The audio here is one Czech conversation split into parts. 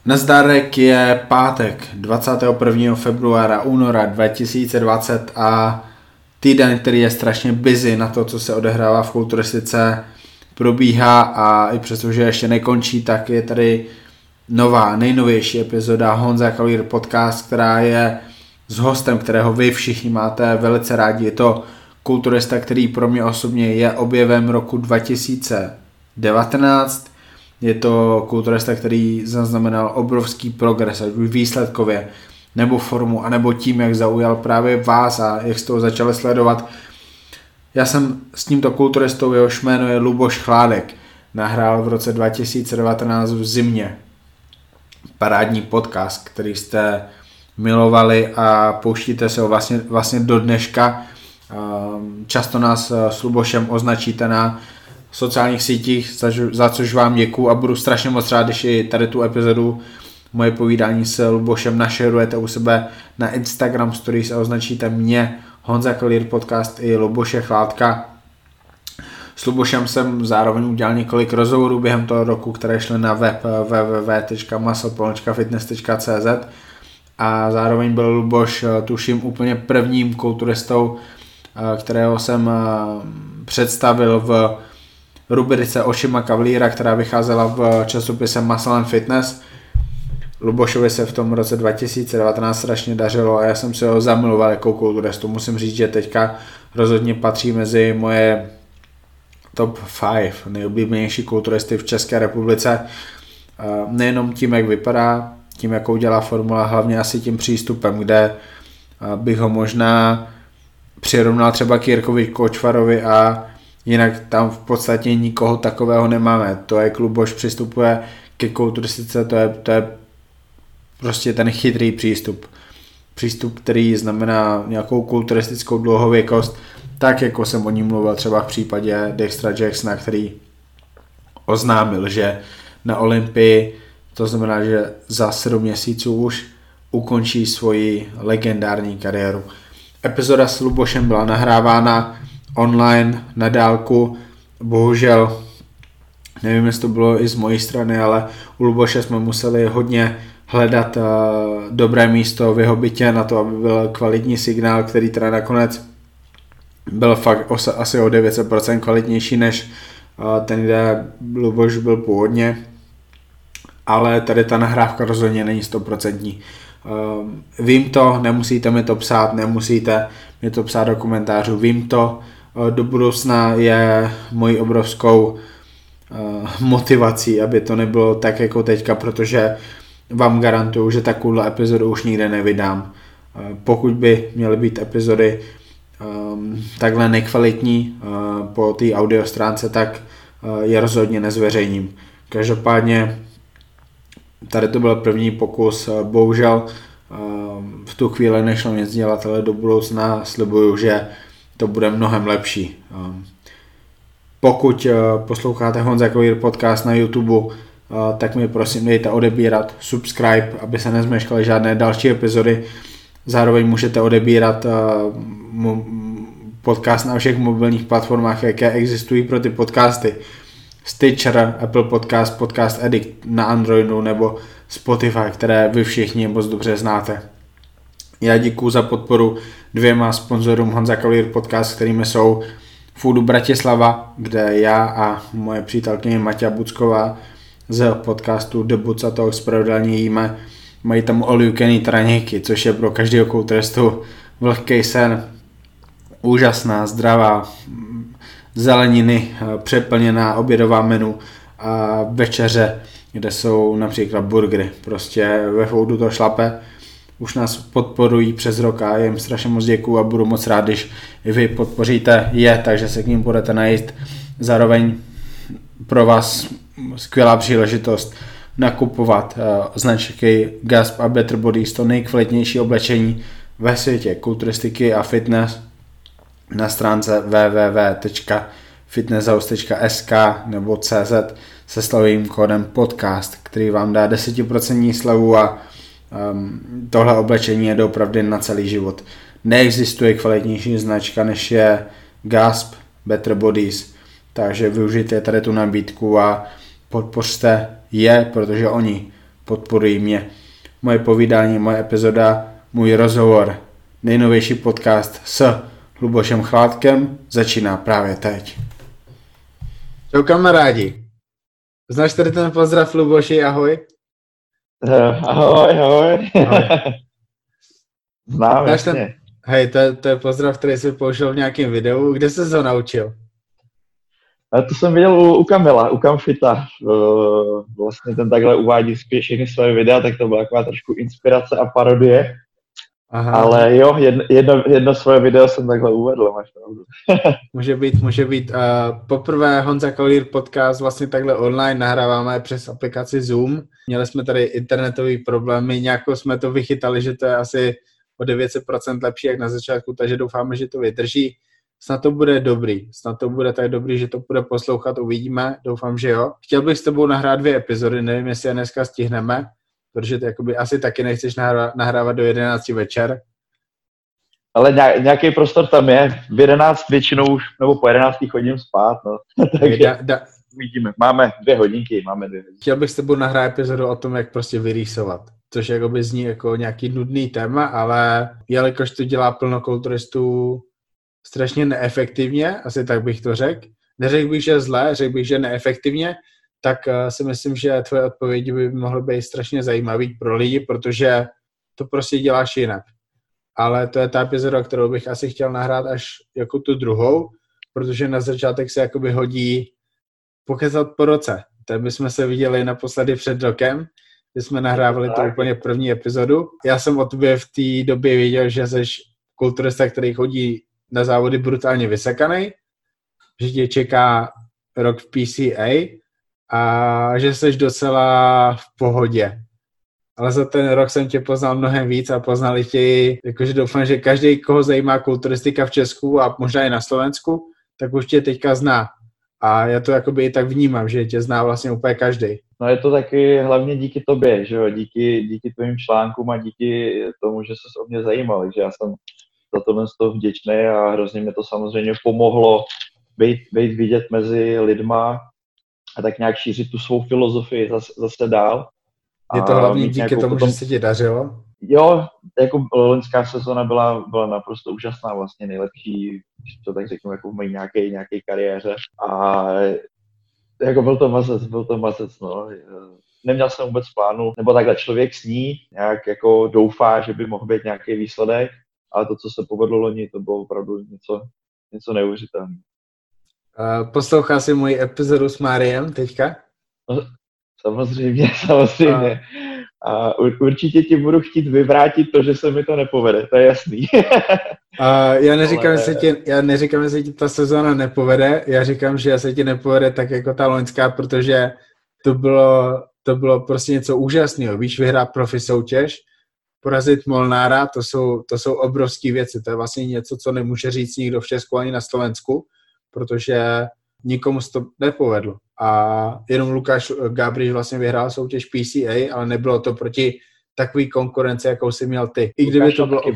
Nazdárek, je pátek 21. februára února 2020 a týden, který je strašně busy na to, co se odehrává v kulturistice, probíhá a i přestože ještě nekončí, tak je tady nová, nejnovější epizoda Honza Kalír podcast, která je s hostem, kterého vy všichni máte velice rádi. Je to kulturista, který pro mě osobně je objevem roku 2019. Je to kulturista, který zaznamenal obrovský progres, ať už výsledkově, nebo formu, anebo tím, jak zaujal právě vás a jak jste ho začali sledovat. Já jsem s tímto kulturistou, jehož jméno je Luboš Chládek, nahrál v roce 2019 v zimě parádní podcast, který jste milovali a pouštíte se ho vlastně do dneška. Často nás s Lubošem označíte na sociálních sítích, za což vám děkuju a budu strašně moc rád, když i tady tu epizodu moje povídání s Lubošem našerujete u sebe na Instagram stories a označíte mě, Honza Kalír podcast i Luboše Chládka. S Lubošem jsem zároveň udělal několik rozhovorů během toho roku, které šly na web www.muscle-fitness.cz a zároveň byl Luboš, tuším, úplně prvním kulturistou, kterého jsem představil v rubrice Očima Kavlíra, která vycházela v časopise Muscle & Fitness. Lubošovi se v tom roce 2019 strašně dařilo a já jsem se ho zamiloval jako kulturistu. Musím říct, že teďka rozhodně patří mezi moje top 5 nejoblíbenější kulturisty v České republice. Nejenom tím, jak vypadá, tím, jakou dělá formula, hlavně asi tím přístupem, kde bych ho možná přirovnal třeba k Jirkovi Kočvarovi a jinak tam v podstatě nikoho takového nemáme. To, jak Luboš přistupuje ke kulturistice, to je prostě ten chytrý přístup. Přístup, který znamená nějakou kulturistickou dlouhověkost, tak jako jsem o ní mluvil třeba v případě Dextra Jacksona, který oznámil, že na Olympii, to znamená, že za 7 měsíců už ukončí svoji legendární kariéru. Epizoda s Lubošem byla nahrávána online na dálku, bohužel nevím, jestli to bylo i z mojí strany, ale u Luboše jsme museli hodně hledat dobré místo v jeho bytě na to, aby byl kvalitní signál, který teda nakonec byl fakt asi o 900% kvalitnější než ten, kde Luboš byl původně, ale tady ta nahrávka rozhodně není 100%. Vím to, nemusíte mi to psát, nemusíte mi to psát do komentářů, vím to, do budoucna je mojí obrovskou motivací, aby to nebylo tak jako teďka, protože vám garantuju, že takovouhle epizodu už nikde nevydám. Pokud by měly být epizody takhle nekvalitní po té audio stránce, tak je rozhodně nezveřejním. Každopádně tady to byl první pokus, bohužel v tu chvíli nešlo nic dělat, ale do budoucna slibuju, že to bude mnohem lepší. Pokud posloucháte Honza Kalír podcast na YouTube, tak mi prosím dejte odebírat, subscribe, aby se nezmeškaly žádné další epizody. Zároveň můžete odebírat podcast na všech mobilních platformách, jaké existují pro ty podcasty. Stitcher, Apple Podcast, Podcast Addict na Androidu nebo Spotify, které vy všichni moc dobře znáte. Já děkuju za podporu 2 sponzorům Honza Kalír podcast, kterými jsou Foodu Bratislava, kde já a moje přítelkyně Maťa Bucková z podcastu The Buca Talks pravidelně jíme. Mají tam all you can eat raňajky, což je pro každého kulturistu vlhký sen. Úžasná, zdravá, zeleniny, přeplněná obědová menu a večeře, kde jsou například burgery. Prostě ve Foodu to šlape. Už nás podporují přes rok a jim strašně moc děkuju a budu moc rád, když vy podpoříte je, takže se k ním budete najíst. Zároveň pro vás skvělá příležitost nakupovat značky Gasp a Better Bodies, to nejkvalitnější oblečení ve světě kulturistiky a fitness na stránce www.fitnesshouse.sk nebo CZ se slovým kódem podcast, který vám dá 10% slevu a tohle oblečení je doopravdy na celý život. Neexistuje kvalitnější značka než je Gasp, Better Bodies, takže využijte tady tu nabídku a podpořte je, protože oni podporují mě. Moje povídání, moje epizoda, můj rozhovor, nejnovější podcast s Lubošem Chládkem začíná právě teď. Čau kamarádi. Znáš tady ten pozdrav, Luboši, ahoj? Ahoj. Ahoj. Znám, jasně. Hej, to je pozdrav, který jsi použil v nějakém videu. Kde jsi ho naučil? To jsem viděl u Kamila, u Kamfita. Vlastně ten takhle uvádí všechny své videa, tak to byla taková trošku inspirace a parodie. Aha. Ale jo, jedno svoje video jsem takhle uvedl, máš pravdu. Může být. Poprvé Honza Kalír podcast vlastně takhle online nahráváme přes aplikaci Zoom. Měli jsme tady internetové problémy, nějakou jsme to vychytali, že to je asi o 900% lepší jak na začátku, takže doufáme, že to vydrží. Snad to bude dobrý, snad to bude tak dobrý, že to bude poslouchat, uvidíme, doufám, že jo. Chtěl bych s tebou nahrát 2 epizody, nevím, jestli je dneska stihneme, protože ty jakoby asi taky nechceš nahrávat do 11 večer. Ale nějaký prostor tam je, v 11 většinou už, nebo po 11 chodím spát, no. Takže uvidíme, máme 2 hodinky. Chtěl bych s tebou nahrát epizodu o tom, jak prostě vyrýsovat, což jakoby zní jako nějaký nudný téma, ale jelikož to dělá plno kulturistů strašně neefektivně, asi tak bych to řekl. Neřekl bych, že zle, řekl bych, že neefektivně, tak si myslím, že tvoje odpovědi by mohly být strašně zajímavý pro lidi, protože to prostě děláš jinak. Ale to je ta epizoda, kterou bych asi chtěl nahrát až jako tu druhou, protože na začátek se jakoby hodí pokecat po roce. Tak bychom se viděli naposledy před rokem, kdy jsme nahrávali tu úplně první epizodu. Já jsem o tobě v té době věděl, že jsi kulturista, který chodí na závody brutálně vysekanej, že tě čeká rok v PCA a že jsi docela v pohodě. Ale za ten rok jsem tě poznal mnohem víc a poznali tě, jakože doufám, že každý, koho zajímá kulturistika v Česku a možná i na Slovensku, tak už tě teďka zná. A já to jakoby i tak vnímám, že tě zná vlastně úplně každý. No je to taky hlavně díky tobě, že jo, díky tvým článkům a díky tomu, že ses o mě zajímal, takže já jsem za tohle vděčný a hrozně mě to samozřejmě pomohlo být vidět mezi lidma a tak nějak šířit tu svou filozofii zase dál. Je to hlavně díky tomu, že se ti dařilo? Jo, jako loňská sezona byla naprosto úžasná, vlastně nejlepší, když to tak řeknu, jako v mé nějaké kariéře. A jako byl to mazec, no. Neměl jsem vůbec plánu, nebo takhle člověk sní, nějak jako doufá, že by mohl být nějaký výsledek, ale to, co se povedlo loni, to bylo opravdu něco neuvěřitelného. Poslouchal jsi moji epizodu s Máriem teďka? No, samozřejmě. A určitě ti budu chtít vyvrátit to, že se mi to nepovede, to je jasný. Já neříkám, že se ti ta sezóna nepovede, já říkám, že se ti nepovede tak jako ta loňská, protože to bylo prostě něco úžasného. Víš, vyhrát profi soutěž, porazit Molnára, to jsou obrovské věci. To je vlastně něco, co nemůže říct nikdo v Česku ani na Slovensku, protože nikomu se to nepovedlo. A jenom Lukáš Gabriš vlastně vyhrál soutěž PCA, ale nebylo to proti takové konkurence, jakou jsi měl ty. I kdyby to bylo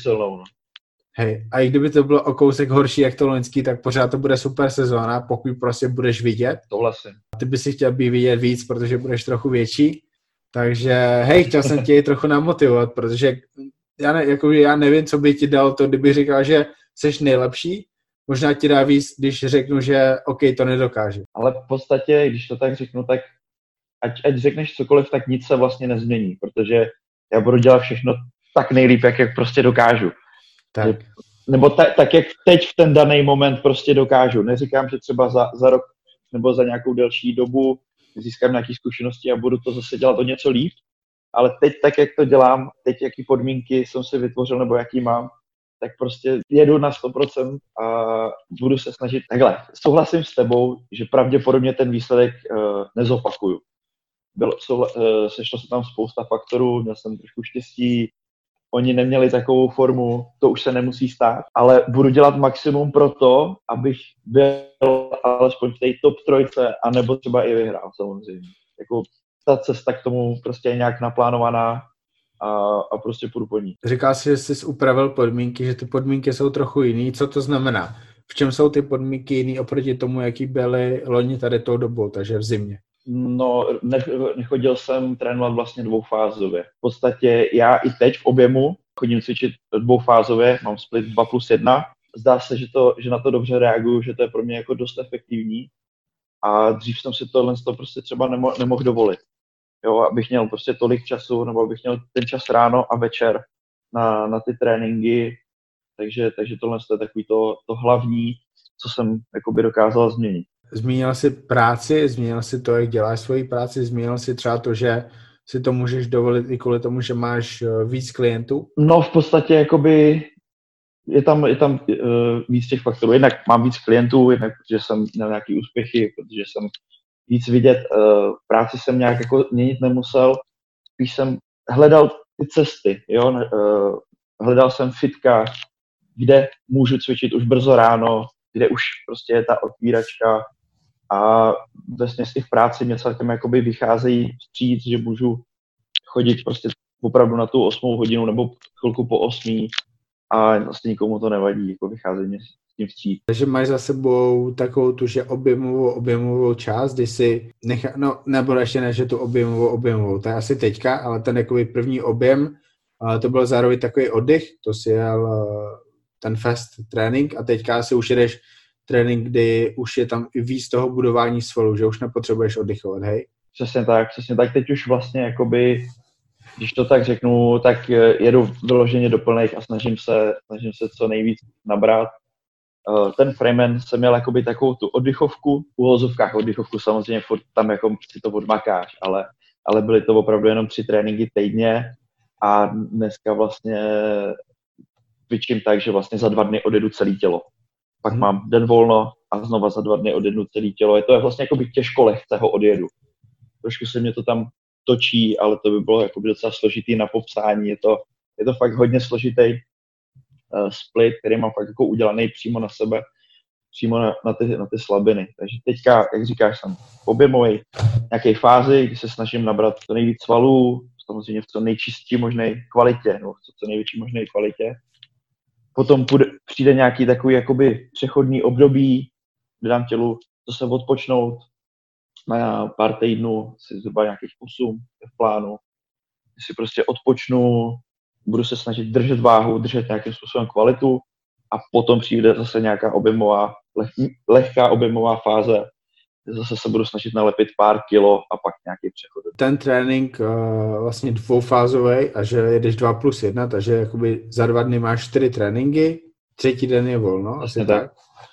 i kdyby to bylo o kousek horší, jak to loňský, tak pořád to bude super sezóna, pokud prostě budeš vidět. To vlastně. Ty by si chtěl být vidět víc, protože budeš trochu větší. Takže hej, chtěl jsem tě trochu namotivovat, protože já nevím, co by ti dal to, kdyby říkal, že jsi nejlepší. Možná ti dá víc, když řeknu, že OK, to nedokáže. Ale v podstatě, když to tak řeknu, tak ať řekneš cokoliv, tak nic se vlastně nezmění, protože já budu dělat všechno tak nejlíp, jak prostě dokážu. Tak. Nebo tak, jak teď v ten daný moment prostě dokážu. Neříkám, že třeba za rok nebo za nějakou delší dobu získám nějaké zkušenosti a budu to zase dělat o něco líp, ale teď tak, jak to dělám, teď jaký podmínky jsem si vytvořil nebo jaký mám, tak prostě jedu na 100% a budu se snažit. Takhle, souhlasím s tebou, že pravděpodobně ten výsledek nezopakuju. Sešlo se tam spousta faktorů, měl jsem trošku štěstí, oni neměli takovou formu, to už se nemusí stát, ale budu dělat maximum pro to, abych byl alespoň v té top 3, anebo třeba i vyhrál samozřejmě. Jako ta cesta k tomu prostě je nějak naplánovaná a prostě půjdu po ní. Říkal jsi, že jsi upravil podmínky, že ty podmínky jsou trochu jiný. Co to znamená? V čem jsou ty podmínky jiný oproti tomu, jaký byly loni tady tou dobou, takže v zimě? No, nechodil jsem trénovat vlastně dvoufázově. V podstatě já i teď v objemu chodím cvičit dvoufázově, mám split 2+1. Zdá se, že na to dobře reaguju, že to je pro mě jako dost efektivní. A dřív jsem si tohle prostě třeba nemohl dovolit. Jo, abych měl prostě tolik času, nebo abych měl ten čas ráno a večer na ty tréninky. Takže tohle je takový to hlavní, co jsem jakoby dokázal změnit. Zmínil jsi práci, zmínil jsi to, jak děláš svoji práci, zmínil jsi třeba to, že si to můžeš dovolit i kvůli tomu, že máš víc klientů? No v podstatě jakoby je tam víc těch faktorů. Jednak mám víc klientů, jednak protože jsem měl nějaký úspěchy, protože jsem víc vidět. Práci jsem nějak jako měnit nemusel, spíš jsem hledal ty cesty, jo? Hledal jsem fitka, kde můžu cvičit už brzo ráno, kde už prostě je ta otvíračka a vlastně i v práci mě celkem jakoby vycházejí vstříc, že můžu chodit prostě opravdu na tu 8 hodinu nebo chvilku po 8 a vlastně nikomu to nevadí, jako vycházejí mě s tím vstříc. Takže máš za sebou takovou tu, že objemovou část, kdy si nebo ještě ne, že tu objemovou, to je asi teďka, ale ten jakoby první objem, to byl zároveň takový oddych, to si jel ten fast trénink a teďka si už jedeš trénink, kdy už je tam i víc toho budování svalů, že už nepotřebuješ oddychovat, hej? Přesně tak. Teď už vlastně jakoby, když to tak řeknu, tak jedu vyloženě do plných a snažím se co nejvíc nabrat. Ten Freeman jsem měl jakoby takovou tu oddychovku, v uvozovkách oddychovku samozřejmě furt tam jako si to odmakáš, ale byly to opravdu jenom 3 tréninky týdně a dneska vlastně cvičím tak, že vlastně za 2 dny odjedu celé tělo. Pak mám den volno a znova za 2 dny odjedu celé tělo. To je vlastně jakoby těžko lehce ho odjedu. Trošku se mě to tam točí, ale to by bylo jakoby docela složitý na popsání. Je to fakt hodně složitý split, který mám fakt jako udělaný přímo na sebe, přímo na ty slabiny. Takže teďka, jak říkáš, jsem v objemovej nějaké fázi, kdy se snažím nabrat co nejvíc svalů, samozřejmě v co nejčistší možné kvalitě, nebo v co největší možné kvalitě. Potom přijde nějaký takový jakoby přechodný období, kde dám tělu zase odpočnout na pár týdnů, si zhruba nějakých 8 v plánu. Si prostě odpočnu, budu se snažit držet váhu, držet nějakým způsobem kvalitu a potom přijde zase nějaká lehká objemová fáze, kde zase se budu snažit nalepit pár kilo a pak nějaký přechod. Ten trénink vlastně dvoufázový a že jedeš 2+1, takže jakoby za 2 dny máš 4 tréninky, 3. den je volno, asi tak.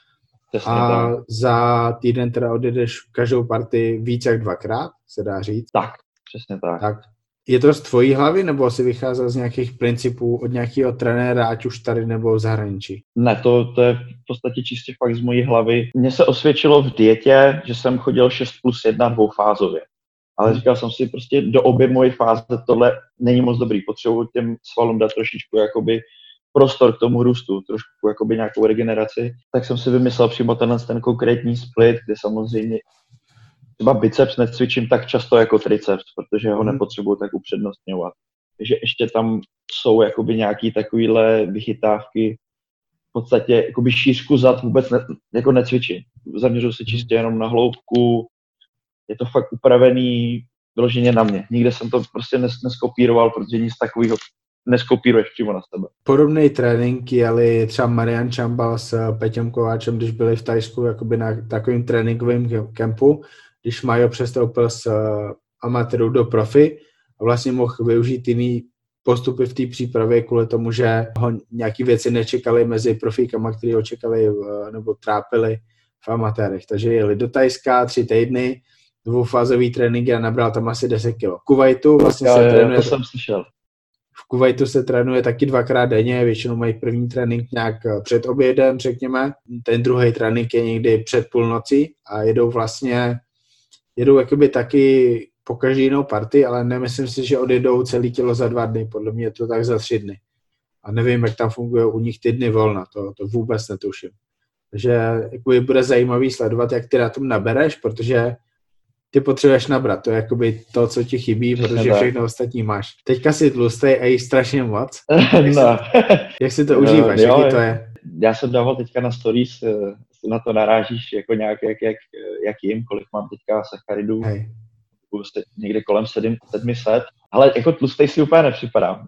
A za týden teda odjedeš každou partii víc jak 2krát, se dá říct. Tak, přesně tak. Je to z tvojí hlavy, nebo jsi vycházel z nějakých principů od nějakého trenéra, ať už tady nebo v zahraničí? Ne, to je v podstatě čistě fakt z mojí hlavy. Mně se osvědčilo v dietě, že jsem chodil 6+1 dvoufázově. Ale říkal jsem si prostě do objemové fáze tohle není moc dobrý. Potřebuji těm svalům dát trošičku jakoby prostor k tomu růstu, trošku jakoby nějakou regeneraci. Tak jsem si vymyslel přímo ten konkrétní split, kde samozřejmě třeba biceps necvičím tak často jako triceps, protože ho nepotřebuju tak upřednostňovat. Takže ještě tam jsou jakoby nějaký takovýhle vychytávky. V podstatě jakoby šířku zad vůbec jako necvičím. Zaměřuji se čistě jenom na hloubku. Je to fakt upravený vyloženě na mě. Nikde jsem to prostě neskopíroval, protože nic takového neskopíruješ přímo na sebe. Podobný trénink jeli třeba Marian Čambal s Peťem Kováčem, když byli v Thajsku jakoby na takovým tréninkovém kempu, když Majo přestoupil z amatérů do profi a vlastně mohl využít jiný postupy v té přípravě kvůli tomu, že ho nějaký věci nečekali mezi profíkama, který ho čekali nebo trápili v amatérech. Takže jeli do Thajska 3 týdny, dvoufázový trénink a nabral tam asi 10 kg. V Kuvajtu vlastně se trénuje. To jsem slyšel. V Kuvajtu se trénuje taky 2krát denně, většinou mají první trénink nějak před obědem, řekněme. Ten druhý trénink je někdy před půlnocí a jedou jakoby taky po každý jinou partii, ale nemyslím si, že odjedou celé tělo za 2 dny, podle mě je to tak za 3 dny. A nevím, jak tam fungují u nich ty dny volna, to vůbec netuším. Takže jakoby bude zajímavý sledovat, jak ty na tom nabereš, protože ty potřebuješ nabrat, to je jakoby to, co ti chybí, protože všechno ostatní máš. Teďka si tlustej a jíš strašně moc. Jak si to užíváš, jaký to je? Já jsem dával teďka na stories, na to narážíš jako nějak, jak jim, kolik mám teďka sacharidů. někde kolem 700, ale jako tlustej si úplně nepřipadám.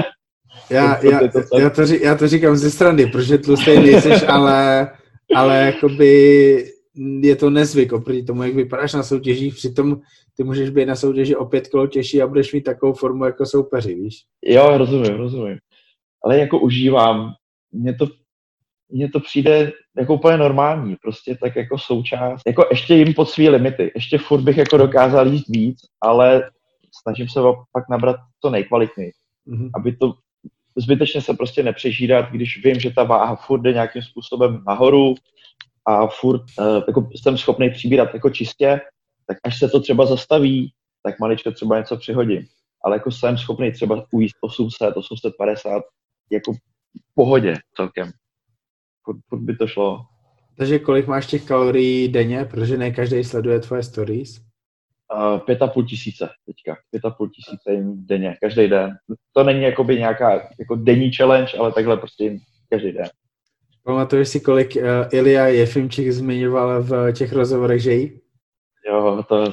Já to říkám ze strany, protože tlustej nejseš, ale jakoby je to nezvyk oproti tomu, jak vypadáš na soutěžích, přitom ty můžeš být na soutěži o 5 kg těžší a budeš mít takovou formu jako soupeři, víš? Jo, rozumím. Ale jako užívám, mně to přijde jako úplně normální, prostě tak jako součást, jako ještě jim pod svý limity, ještě furt bych jako dokázal jíst víc, ale snažím se pak nabrat to nejkvalitněji, aby to zbytečně se prostě nepřežírat, když vím, že ta váha furt jde nějakým způsobem nahoru a furt jako jsem schopný přibírat jako čistě, tak až se to třeba zastaví, tak maličko třeba něco přihodím. Ale jako jsem schopný třeba ujíst 800, 850, jako v pohodě celkem. Furt by to šlo. Takže kolik máš těch kalorií denně, protože ne každý sleduje tvoje stories? 5,5 tisíce teďka. 5,5 tisíce jim denně, každý den. To není jakoby nějaká jako denní challenge, ale takhle prostě jim každý den. Pamatuješ si, kolik Ilja Jefimčík zmiňoval v těch rozhovorech, že jí? Jo, to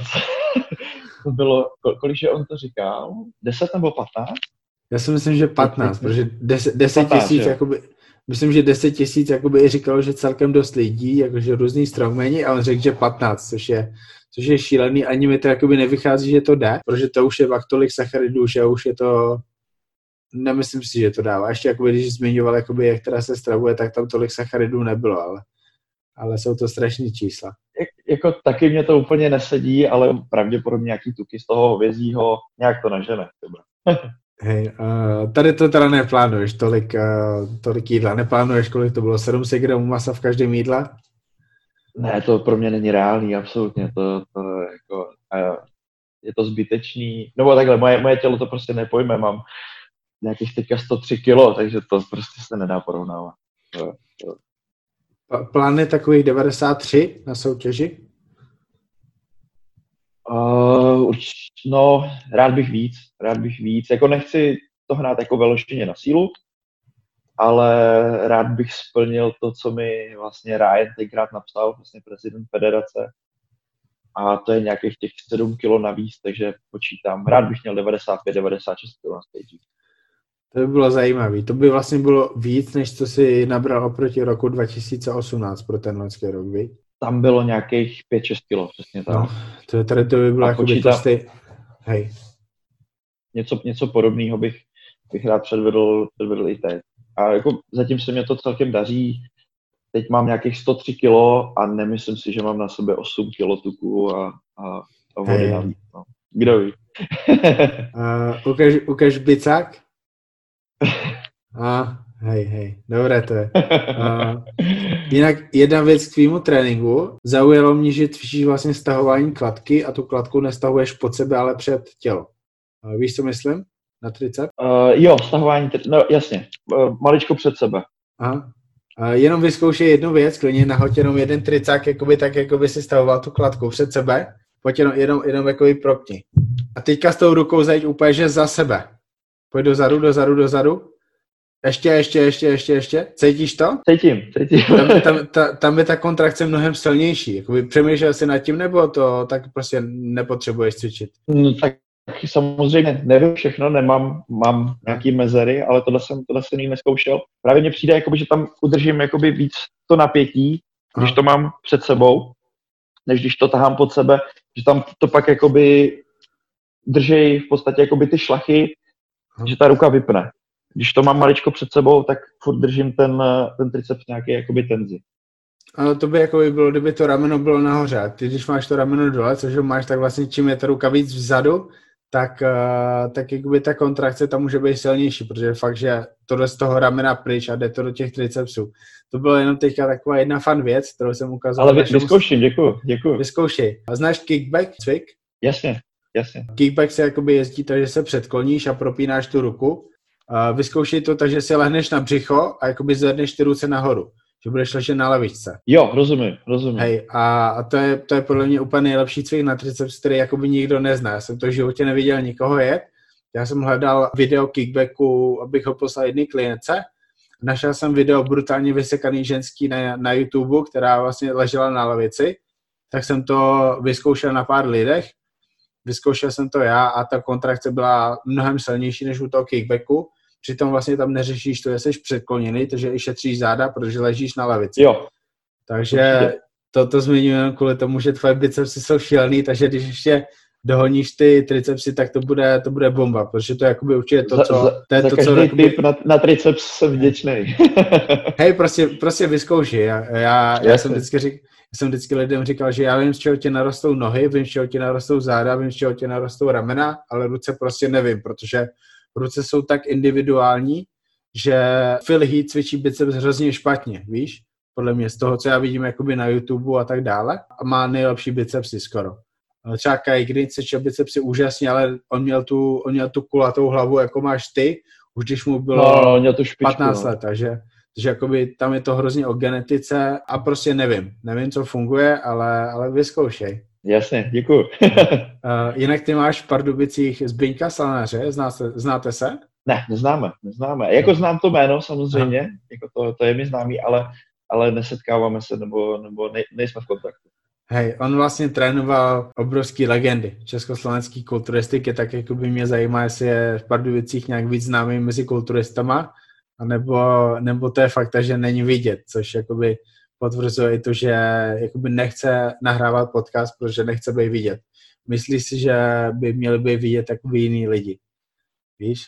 bylo, kolik že on to říkal? 10 nebo 15? Já si myslím, že 15, protože 10 tisíc, jakoby, myslím, že 10 tisíc jakoby i říkalo, že celkem dost lidí, jakože různý strongmeni, a on řekl, že 15, což je šílený, ani mi to jakoby nevychází, že to jde, protože to už je pak tolik sacharidů, že už je to, nemyslím si, že to dává. Ještě jakoby, když zmiňoval, jakoby, jak teda se stravuje, tak tam tolik sacharidů nebylo, ale jsou to strašný čísla. Jako taky mě to úplně nesedí, ale pravděpodobně nějaký tuky z toho hovězího nějak to nažene. Hej, tady to teda neplánuješ, tolik jídla. Neplánuješ, kolik to bylo? 700 gramů masa v každém jídle? Ne, to pro mě není reálný, absolutně. To jako, je to zbytečný. Nebo takhle, moje tělo to prostě nepojme. Mám nějakých teďka 103 kilo, takže to prostě se nedá porovnávat. Plán je takových 93 na soutěži? No, rád bych víc. Jako nechci to hnát jako vyloženě na sílu, ale rád bych splnil to, co mi vlastně Ryan tenkrát napsal, vlastně prezident federace. A to je nějakých těch 7 kilo navíc, takže počítám. Rád bych měl 95-96 kilo na stage. To by bylo zajímavé. To by vlastně bylo víc, než co si nabral oproti roku 2018 pro ten loňský rok, víš? Tam bylo nějakých 5-6 kilo, přesně tak. No, to by bylo jako by hej. Něco podobného bych rád předvedl i teď. A jako zatím se mě to celkem daří. Teď mám nějakých 103 kilo a nemyslím si, že mám na sebe 8 kilo tuku a vody navíc. No. Kdo ví? Ukaž bicák? Hej, dobré to je. Jinak jedna věc k tvýmu tréninku. Zaujalo mě, že cvičíš vlastně stahování kladky a tu kladku nestahuješ pod sebe, ale před tělo. Víš, co myslím? Na tricep? Jo, stahování, no jasně. Maličko před sebe. Aha. Jenom vyzkoušej jednu věc, klidně nahoď jenom jeden tricák, jakoby si stahoval tu kladku před sebe. Pojď jenom jakoby propni. A teďka s tou rukou zajď úplně, že za sebe. Pojď dozadu. Ještě. Cítíš to? Cítím. Tam je ta kontrakce mnohem silnější. Jakoby přemýšlel jsi nad tím, nebo to tak prostě nepotřebuješ cvičit? No tak samozřejmě nevím všechno, mám nějaký mezery, ale tohle jsem nikdy neskoušel. Právě mně přijde, jakoby, že tam udržím jakoby víc to napětí, když to mám před sebou, než když to tahám pod sebe, že tam to pak jakoby drží v podstatě jakoby ty šlachy, že ta ruka vypne. Když to mám maličko před sebou, tak furt držím ten triceps nějaký jakoby tenzi. Ale to by jakoby bylo, kdyby to rameno bylo nahoře. Ty, když máš to rameno dole, což ho máš, tak vlastně čím je ta ruka víc vzadu, tak jakoby ta kontrakce tam může být silnější, protože fakt, že to jde z toho ramena pryč a jde to do těch tricepsů. To bylo jenom teďka taková jedna fun věc, kterou jsem ukázal. Ale vyzkouším, děkuju. Vyzkoušej. A znáš kickback cvik? Jasně. Kickback se jakoby jezdí tak, že se předkloníš a propínáš tu ruku. Vyzkoušej to tak, že si lehneš na břicho a jakoby zvedneš ty ruce nahoru. Že budeš ležet na lavičce. Jo, rozumím. Hej, a to je podle mě úplně nejlepší cvik na triceps, který jakoby nikdo nezná. Já jsem to v životě neviděl nikoho jet. Já jsem hledal video kickbacku, abych ho poslal jedné klientce. Našel jsem video brutálně vysekaný ženský na YouTube, která vlastně ležela na lavici. Tak jsem to vyzkoušel na pár lidech. vyzkoušel jsem to já a ta kontrakce byla mnohem silnější než u toho kickbacku. Přitom vlastně tam neřešíš to, že jsi předkloněný, takže i šetříš záda, protože ležíš na levici. Jo. Takže toto zmiňuji kvůli tomu, že tvoje bicepsy jsou šílený, takže když ještě dohoníš ty tricepsy, tak to bude bomba, protože to je jakoby určitě to, co... Za každý tip na triceps jsem vděčnej. Hej, prostě vyzkouši. Já jsem vždycky lidem říkal, že já vím, z čeho ti narostou nohy, vím, z čeho ti narostou záda, vím, z čeho ti narostou ramena, ale ruce prostě nevím, protože ruce jsou tak individuální, že Phil Heath cvičí biceps hrozně špatně, víš? Podle mě z toho, co já vidím jakoby na YouTube a tak dále, a má nejlepší bicepsy skoro. Třeba Kai Green cvičil bicepsy úžasně, ale on měl tu kulatou hlavu, jako máš ty, už když mu bylo 15 let, takže jakoby tam je to hrozně o genetice a prostě nevím, co funguje, ale vyzkoušej. Jasně, děkuju. Jinak ty máš v Pardubicích Zbyňka Slanáře, znáte se? Ne, neznáme. Jako znám to jméno samozřejmě, jako to je mi známý, ale nesetkáváme se nebo nejsme v kontaktu. Hej, on vlastně trénoval obrovský legendy československý kulturistiky, tak jako by mě zajímá, jestli je v Pardubicích nějak víc známý mezi kulturistama, nebo to je fakt, že není vidět, což jakoby potvrzuje i to, že jakoby nechce nahrávat podcast, protože nechce být vidět. Myslíš si, že by měli být vidět jakoby jiný lidi? Víš?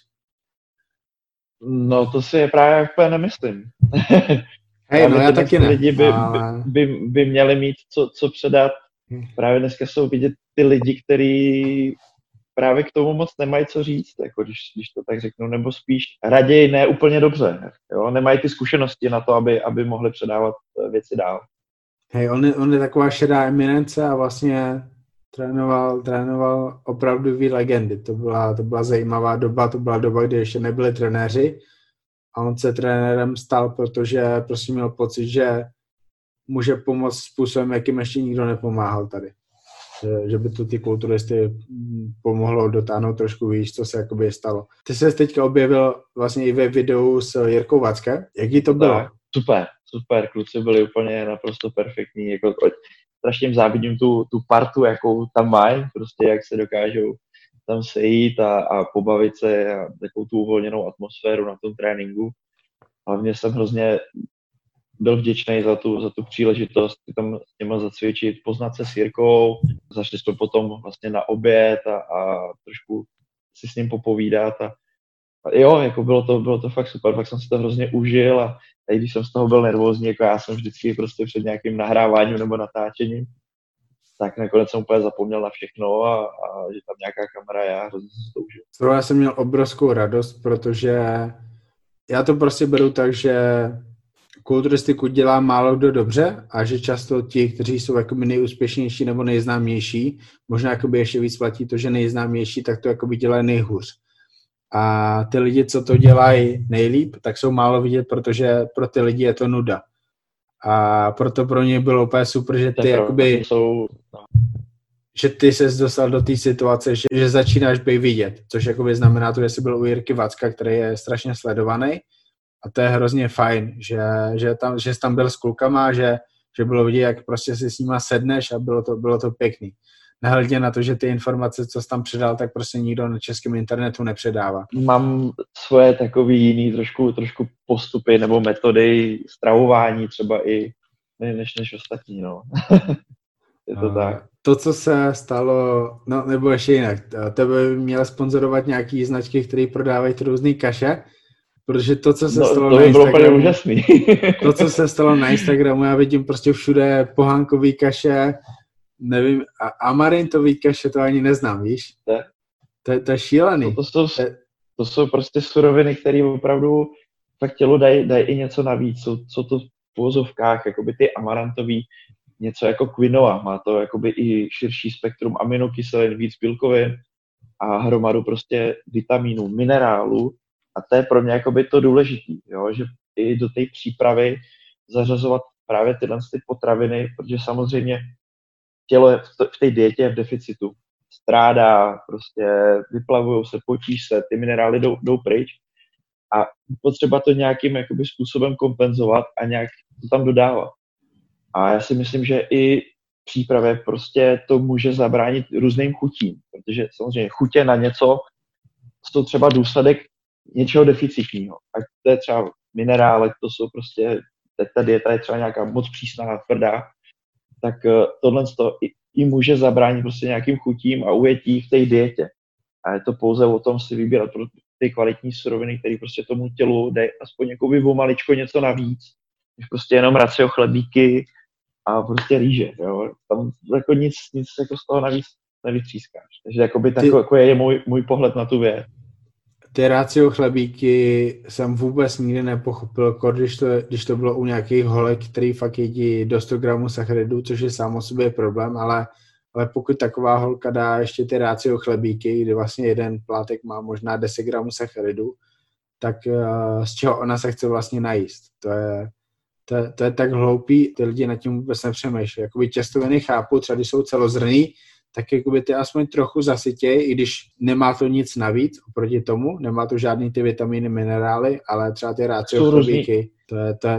No to si právě úplně nemyslím. Hej, no já taky ne. Lidi by měli mít co předat. Právě dneska jsou vidět ty lidi, kteří právě k tomu moc nemají co říct, jako když to tak řeknu, nebo spíš raději ne úplně dobře. Jo? Nemají ty zkušenosti na to, aby mohli předávat věci dál. Hej, on je taková šedá eminence a vlastně trénoval opravdový legendy. To byla zajímavá doba, to byla doba, kdy ještě nebyli trenéři a on se trenérem stal, protože prostě měl pocit, že může pomoct způsobem, jakým ještě nikdo nepomáhal tady. Že by to ty kulturisty pomohlo dotáhnout trošku víc, co se jakoby stalo. Ty se teďka objevil vlastně i ve videu s Jirkou Vackem. Jaký to bylo? Tak, super, kluci byli úplně naprosto perfektní, jako strašně jim závidím tu partu, jakou tam mají, prostě jak se dokážou tam sejít a pobavit se a takovou tu uvolněnou atmosféru na tom tréninku. Hlavně jsem hrozně byl vděčný za tu příležitost tam s těma zacvičit, poznat se s Jirkou, zašli jsme potom vlastně na oběd a trošku si s ním popovídat a jo, jako bylo to fakt super, pak jsem si to hrozně užil a i když jsem z toho byl nervózní, jako já jsem vždycky prostě před nějakým nahráváním nebo natáčením, tak nakonec jsem úplně zapomněl na všechno a že tam nějaká kamera je a hrozně jsem si to užil. Já jsem měl obrovskou radost, protože já to prostě beru tak, že kulturistiku dělá málo kdo dobře a že často ti, kteří jsou jakoby nejúspěšnější nebo nejznámější, možná jakoby ještě víc platí to, že nejznámější, tak to jakoby dělají nejhůř. A ty lidi, co to dělají nejlíp, tak jsou málo vidět, protože pro ty lidi je to nuda. A proto pro ně bylo úplně super, že ty jakoby, že ty ses dostal do té situace, že začínáš být vidět, což jakoby znamená to, že jsi byl u Jirky Vacka, který je strašně sledovaný. A to je hrozně fajn, že jsi tam byl s klukama, že bylo vidět, jak prostě si s nima sedneš a bylo to pěkný. Nehledě na to, že ty informace, co jsi tam předal, tak prostě nikdo na českém internetu nepředává. Mám svoje takový jiný trošku postupy nebo metody stravování třeba i než ostatní, no. Je to tak. To, co se stalo, no nebo ještě jinak, tebe by měla sponzorovat nějaký značky, které prodávají ty různý kaše, protože to, co se stalo na Instagramu, úžasný. To, co se stalo na Instagramu, já vidím prostě všude pohánkový kaše, nevím, a amarintový kaše, to ani neznám, víš? To je šílený. To jsou prostě suroviny, které opravdu fakt tělu dají i něco navíc. Jsou to v uvozovkách, jakoby ty amarantový, něco jako quinoa, má to jakoby i širší spektrum aminokyselin, víc bílkovin a hromadu prostě vitamínů, minerálů. A to je pro mě jakoby to důležitý, jo? Že i do té přípravy zařazovat právě tyhle potraviny, protože samozřejmě tělo je v té dietě je v deficitu. Strádá, prostě vyplavují se, potí se, ty minerály jdou pryč a potřeba to nějakým jakoby způsobem kompenzovat a nějak to tam dodávat. A já si myslím, že i přípravě prostě to může zabránit různým chutím, protože samozřejmě chutě na něco jsou třeba důsledek něčeho deficitního. Ať to je třeba minerály, to jsou prostě, ta dieta je třeba nějaká moc přísná, tvrdá, tak tohle i může zabránit prostě nějakým chutím a ujetí v té dietě. A je to pouze o tom si vybírat pro ty kvalitní suroviny, které prostě tomu tělu dají aspoň jakoby o maličko něco navíc, než prostě jenom racio chlebíky a prostě rýže. Jo? Tam jako nic jako z toho navíc nevytřískáš. Takže jakoby jako je můj pohled na tu věc. Ty rácio chlebíky jsem vůbec nikdy nepochopil, když to bylo u nějakých holek, který fakt jedí do 100 gramů sacharidů, což je sám o sobě problém, ale pokud taková holka dá ještě ty rácio chlebíky, kdy vlastně jeden plátek má možná 10 gramů sacharidů, tak z čeho ona se chce vlastně najíst? To je tak hloupý, ty lidi nad tím vůbec nepřemýšlí. Jakoby těstoviny chápu, třeba když jsou celozrnný, tak jakoby ty aspoň trochu zasytěj, i když nemá to nic navíc oproti tomu, nemá to žádný ty vitamíny, minerály, ale třeba ty rácio chlebíky, to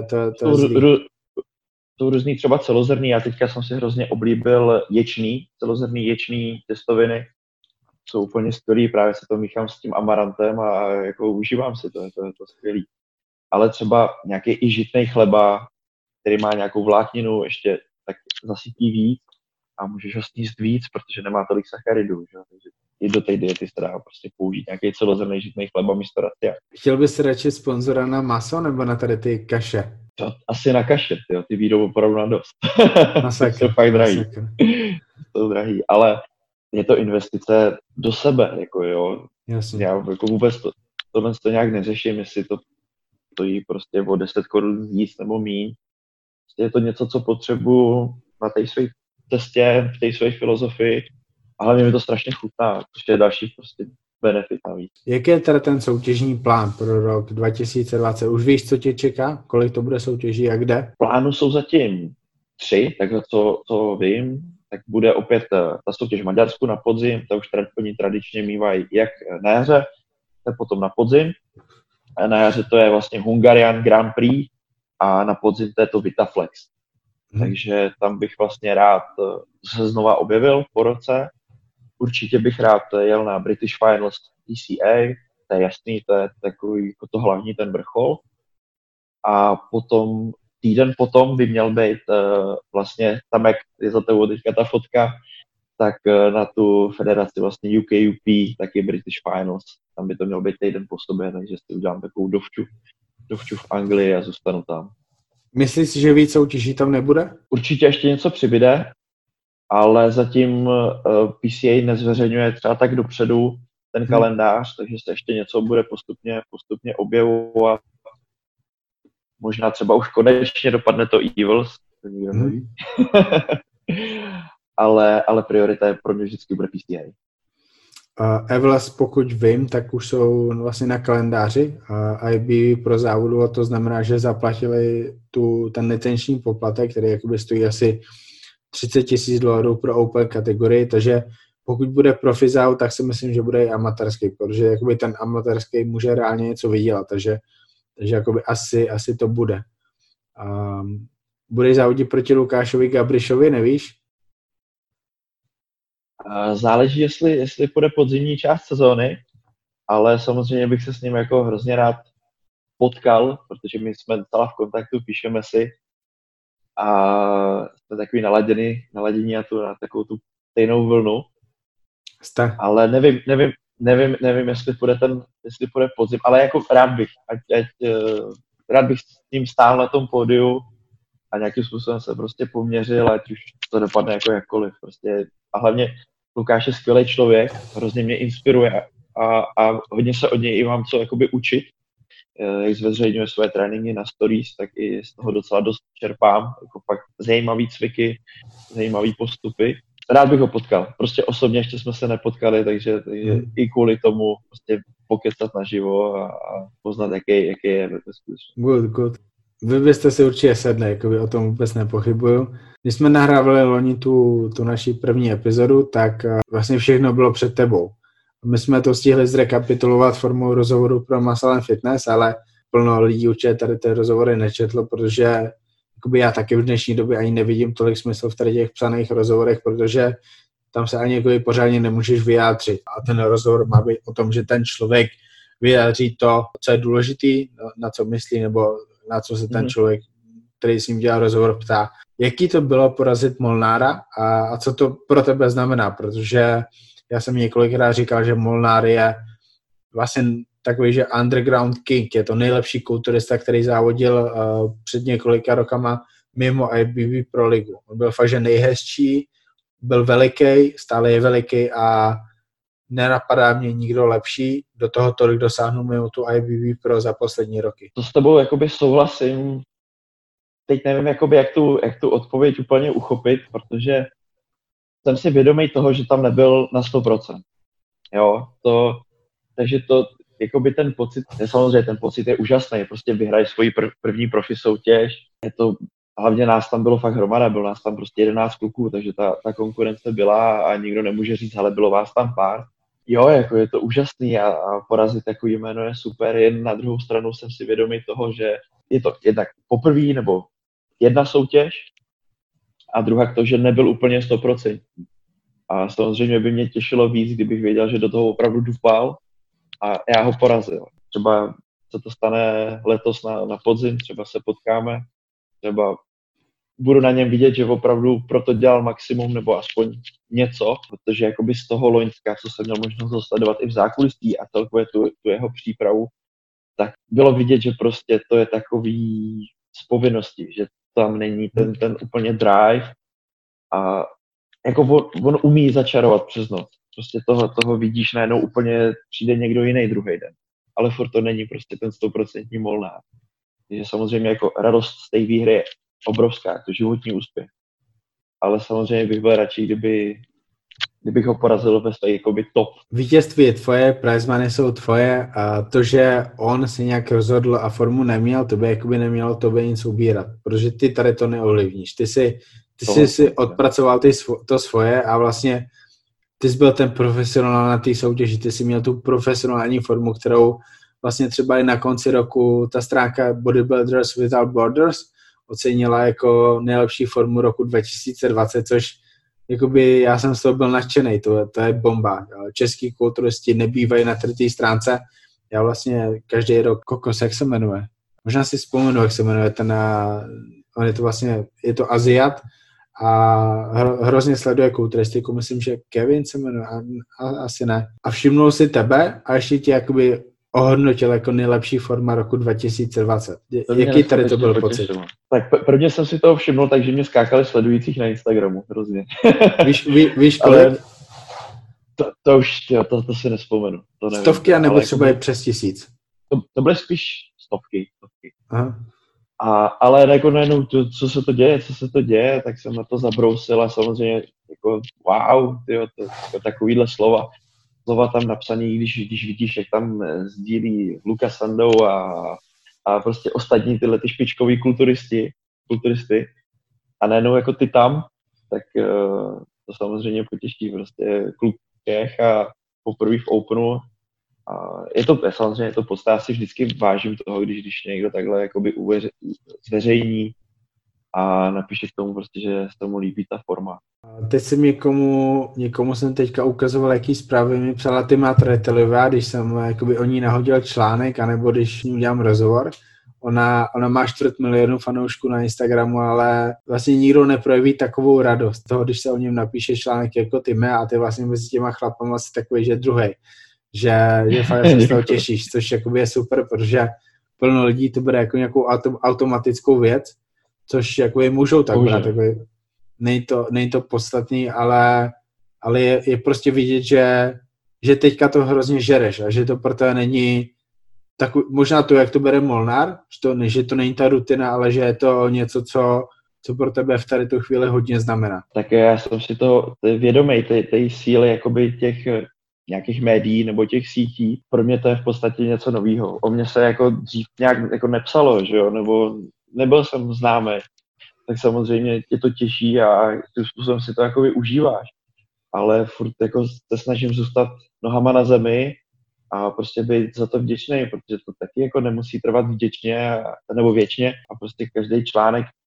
je zlý. Jsou různý třeba celozrný, já teďka jsem si hrozně oblíbil celozrný ječný těstoviny, jsou úplně skvělý, právě se to míchám s tím amarantem a jako užívám si to, je to skvělý. Ale třeba nějaký i žitnej chleba, který má nějakou vlákninu, ještě tak zasytí víc a můžeš ho sníst víc, protože nemá tolik sacharidů, že? Takže i do té diety se dá prostě použít nějaký celozrnný žitnej chleba místo racia. Chtěl bys radši sponzora na maso nebo na tady ty kaše? To asi na kaše, tyjo, ty výjdou opravdu na dost. Masakr, jsou fakt drahý. Jsou drahý, ale je to investice do sebe, jako jo. Jasně. Já jako vůbec tohle to nějak neřeším, jestli to stojí prostě o 10 korun víc nebo míň. Je to něco, co potřebuju na té své cestě, v té své filozofii, a hlavně mi to strašně chutná, což je další prostě benefit navíc. Jaký je teda ten soutěžní plán pro rok 2020? Už víš, co tě čeká? Kolik to bude soutěží a kde? Plánu jsou zatím 3, takže co vím, tak bude opět ta soutěž v Maďarsku na podzim, ta už oni tradičně mývají jak na jaře, tak potom na podzim. A na jaře to je vlastně Hungarian Grand Prix a na podzim to je to Vitaflex. Takže tam bych vlastně rád se znova objevil po roce. Určitě bych rád jel na British Finals TCA, to je jasný, to je takový jako to hlavní ten vrchol. A potom, týden potom by měl být vlastně tam, jak je za tebou teďka ta fotka, tak na tu federaci vlastně UKUP, taky British Finals. Tam by to měl být týden po sobě, takže si udělám takovou dovču v Anglii a zůstanu tam. Myslíš si, že víc soutěží tam nebude? Určitě ještě něco přibyde, ale zatím PCA nezveřejňuje třeba tak dopředu ten kalendář, takže se ještě něco bude postupně objevovat. Možná třeba už konečně dopadne to Evils, to nikdo neví. ale priorita je pro mě vždycky bude PCA. Evils, pokud vím, tak už jsou vlastně na kalendáři a IB pro závodu, a to znamená, že zaplatili ten licenční poplatek, který jakoby stojí asi $30,000 pro open kategorii, takže pokud bude profi závod, tak si myslím, že bude i amatérský, protože jakoby ten amatérský může reálně něco vydělat, takže jakoby asi to bude. Budeš závodit proti Lukášovi Gabrišovi, nevíš? Záleží, jestli půjde podzimní část sezóny, ale samozřejmě bych se s ním jako hrozně rád potkal, protože my jsme docela v kontaktu, píšeme si a jsme takový naladění na takovou tu stejnou vlnu. Ale nevím, jestli půjde podzim, ale jako rád bych, rád bych s ním stál na tom pódiu a nějakým způsobem se prostě poměřil, ať už to dopadne jako jakkoliv. Prostě. A hlavně Lukáš je skvělý člověk, hrozně mě inspiruje a hodně se od něj i mám co jakoby učit. Jak zveřejňuje své tréninky na stories, tak i z toho docela dost čerpám. Jako fakt zajímavý cviky, zajímavý postupy. Rád bych ho potkal. Prostě osobně ještě jsme se nepotkali, takže i kvůli tomu prostě pokecat naživo a poznat, jaký je ve skutečnosti. Good. Vy byste si určitě sedli, jakoby o tom vůbec nepochybuju. Když jsme nahrávali loni tu naši první epizodu, tak vlastně všechno bylo před tebou. My jsme to stihli zrekapitulovat formou rozhovoru pro Muscle & Fitness, ale plno lidí určitě tady ty rozhovory nečetlo, protože jakoby já taky v dnešní době ani nevidím tolik smysl v tady těch psaných rozhovorech, protože tam se ani jakoby pořádně nemůžeš vyjádřit. A ten rozhovor má být o tom, že ten člověk vyjádří to, co je důležitý, na co myslí, nebo na co se ten člověk, který s ním dělal rozhovor, ptá. Jaký to bylo porazit Molnára a co to pro tebe znamená, protože já jsem několikrát říkal, že Molnár je vlastně takový, že underground king, je to nejlepší kulturista, který závodil před několika rokama mimo IBB Pro ligu. On byl fakt, že nejhezčí, byl veliký, stále je veliký a nenapadá mě nikdo lepší, do toho tolik dosáhnu mimo tu IBB Pro za poslední roky. To s tebou jakoby souhlasím. Teď nevím, jakoby, jak tu odpověď úplně uchopit, protože jsem si vědomý toho, že tam nebyl na 100%. Jo, takže to, jakoby ten pocit, samozřejmě ten pocit je úžasný, prostě vyhrají svoji první profi soutěž, je to, hlavně nás tam bylo fakt hromada, bylo nás tam prostě 11 kluků, takže ta konkurence byla a nikdo nemůže říct, ale bylo vás tam pár. Jo, jako je to úžasný a porazit takový jméno je super, jen na druhou stranu jsem si vědomý toho, že je to jednak poprvé nebo jedna soutěž a druhá to, že nebyl úplně 100%. A samozřejmě by mě těšilo víc, kdybych věděl, že do toho opravdu dupal a já ho porazil. Třeba se to stane letos na podzim, třeba se potkáme, třeba budu na něm vidět, že opravdu proto dělal maximum nebo aspoň něco, protože jakoby z toho loňska, co jsem měl možnost sledovat i v zákulisí a celkově tu jeho přípravu, tak bylo vidět, že prostě to je takový z povinnosti, že tam není ten úplně drive a jako on umí začarovat přes noc. Prostě toho vidíš najednou úplně přijde někdo jiný druhý den. Ale furt to není prostě ten 100% Molnár. Takže samozřejmě jako radost z té výhry je obrovská, to životní úspěch. Ale samozřejmě bych byl radši, kdybych ho porazil ve své jakoby top. Vítězství je tvoje, prize money jsou tvoje a to, že on si nějak rozhodl a formu neměl, to by jakoby nemělo tobě nic ubírat, protože ty tady to neovlivníš. Ty jsi odpracoval to svoje a vlastně ty jsi byl ten profesionál na té soutěži, ty jsi měl tu profesionální formu, kterou vlastně třeba i na konci roku ta stránka Bodybuilders Without Borders ocenila jako nejlepší formu roku 2020, což jakoby já jsem z toho byl nadšenej, to je bomba. Český kulturisti nebývají na té stránce. Já vlastně každý rok Kokos, jak se jmenuje? Možná si vzpomenu, jak se jmenuje on je to vlastně, je to Aziat a hrozně sleduje kulturistiku, myslím, že Kevin se jmenuje, asi ne. A všimnul si tebe a ještě tě jakoby ohodnotil jako nejlepší forma roku 2020. Jaký tady to byl pocit? Tak prvně jsem si toho všiml, takže mě skákali sledujících na Instagramu, hrozně. Víš kolik? To už, to si nespomenu. To nevím, stovky, anebo třeba je přes 1000? To byly spíš stovky. Aha. Ale jako najednou, co se to děje, tak jsem na to zabrousil a samozřejmě jako wow, takovýhle slova tam napsaný, když vidíš, jak tam sdílí Luka Sandou a prostě ostatní tyhle ty špičkový kulturisty a najednou jako ty tam, tak to samozřejmě potěší prostě kluk Čech a poprvé v Openu a samozřejmě je to podstatě, já si vždycky vážím toho, když někdo takhle jakoby zveřejní a napíše k tomu prostě, že se mu líbí ta forma. Teď jsem někomu jsem teďka ukazoval, jaký zprávy mi psala Tima Tretelová, když jsem jakoby o ní nahodil článek, anebo když s ní udělám rozhovor. Ona má 250 000 fanoušků na Instagramu, ale vlastně nikdo neprojeví takovou radost toho, když se o něm napíše článek jako Time a ty vlastně mezi těma chlapama asi takový, že druhej. Že fakt se z toho těšíš, což jakoby je super, protože plno lidí to bude jako nějakou automatickou věc, což jakoby můžou tak brát, není to podstatný, ale je prostě vidět, že teďka to hrozně žereš a že to pro tebe není tak možná to, jak to bere Molnár, že to není ta rutina, ale že je to něco, co pro tebe v tady tu chvíli hodně znamená. Tak já jsem si to vědomý, té síly jakoby těch nějakých médií nebo těch sítí. Pro mě to je v podstatě něco novýho. O mě se jako dřív nějak jako nepsalo, že jo, nebo nebyl jsem známý. Tak samozřejmě tě to těší a tím způsobem si to jakoby užíváš. Ale furt jako se snažím zůstat nohama na zemi a prostě být za to vděčný, protože to taky jako nemusí trvat vděčně nebo věčně a prostě každý článek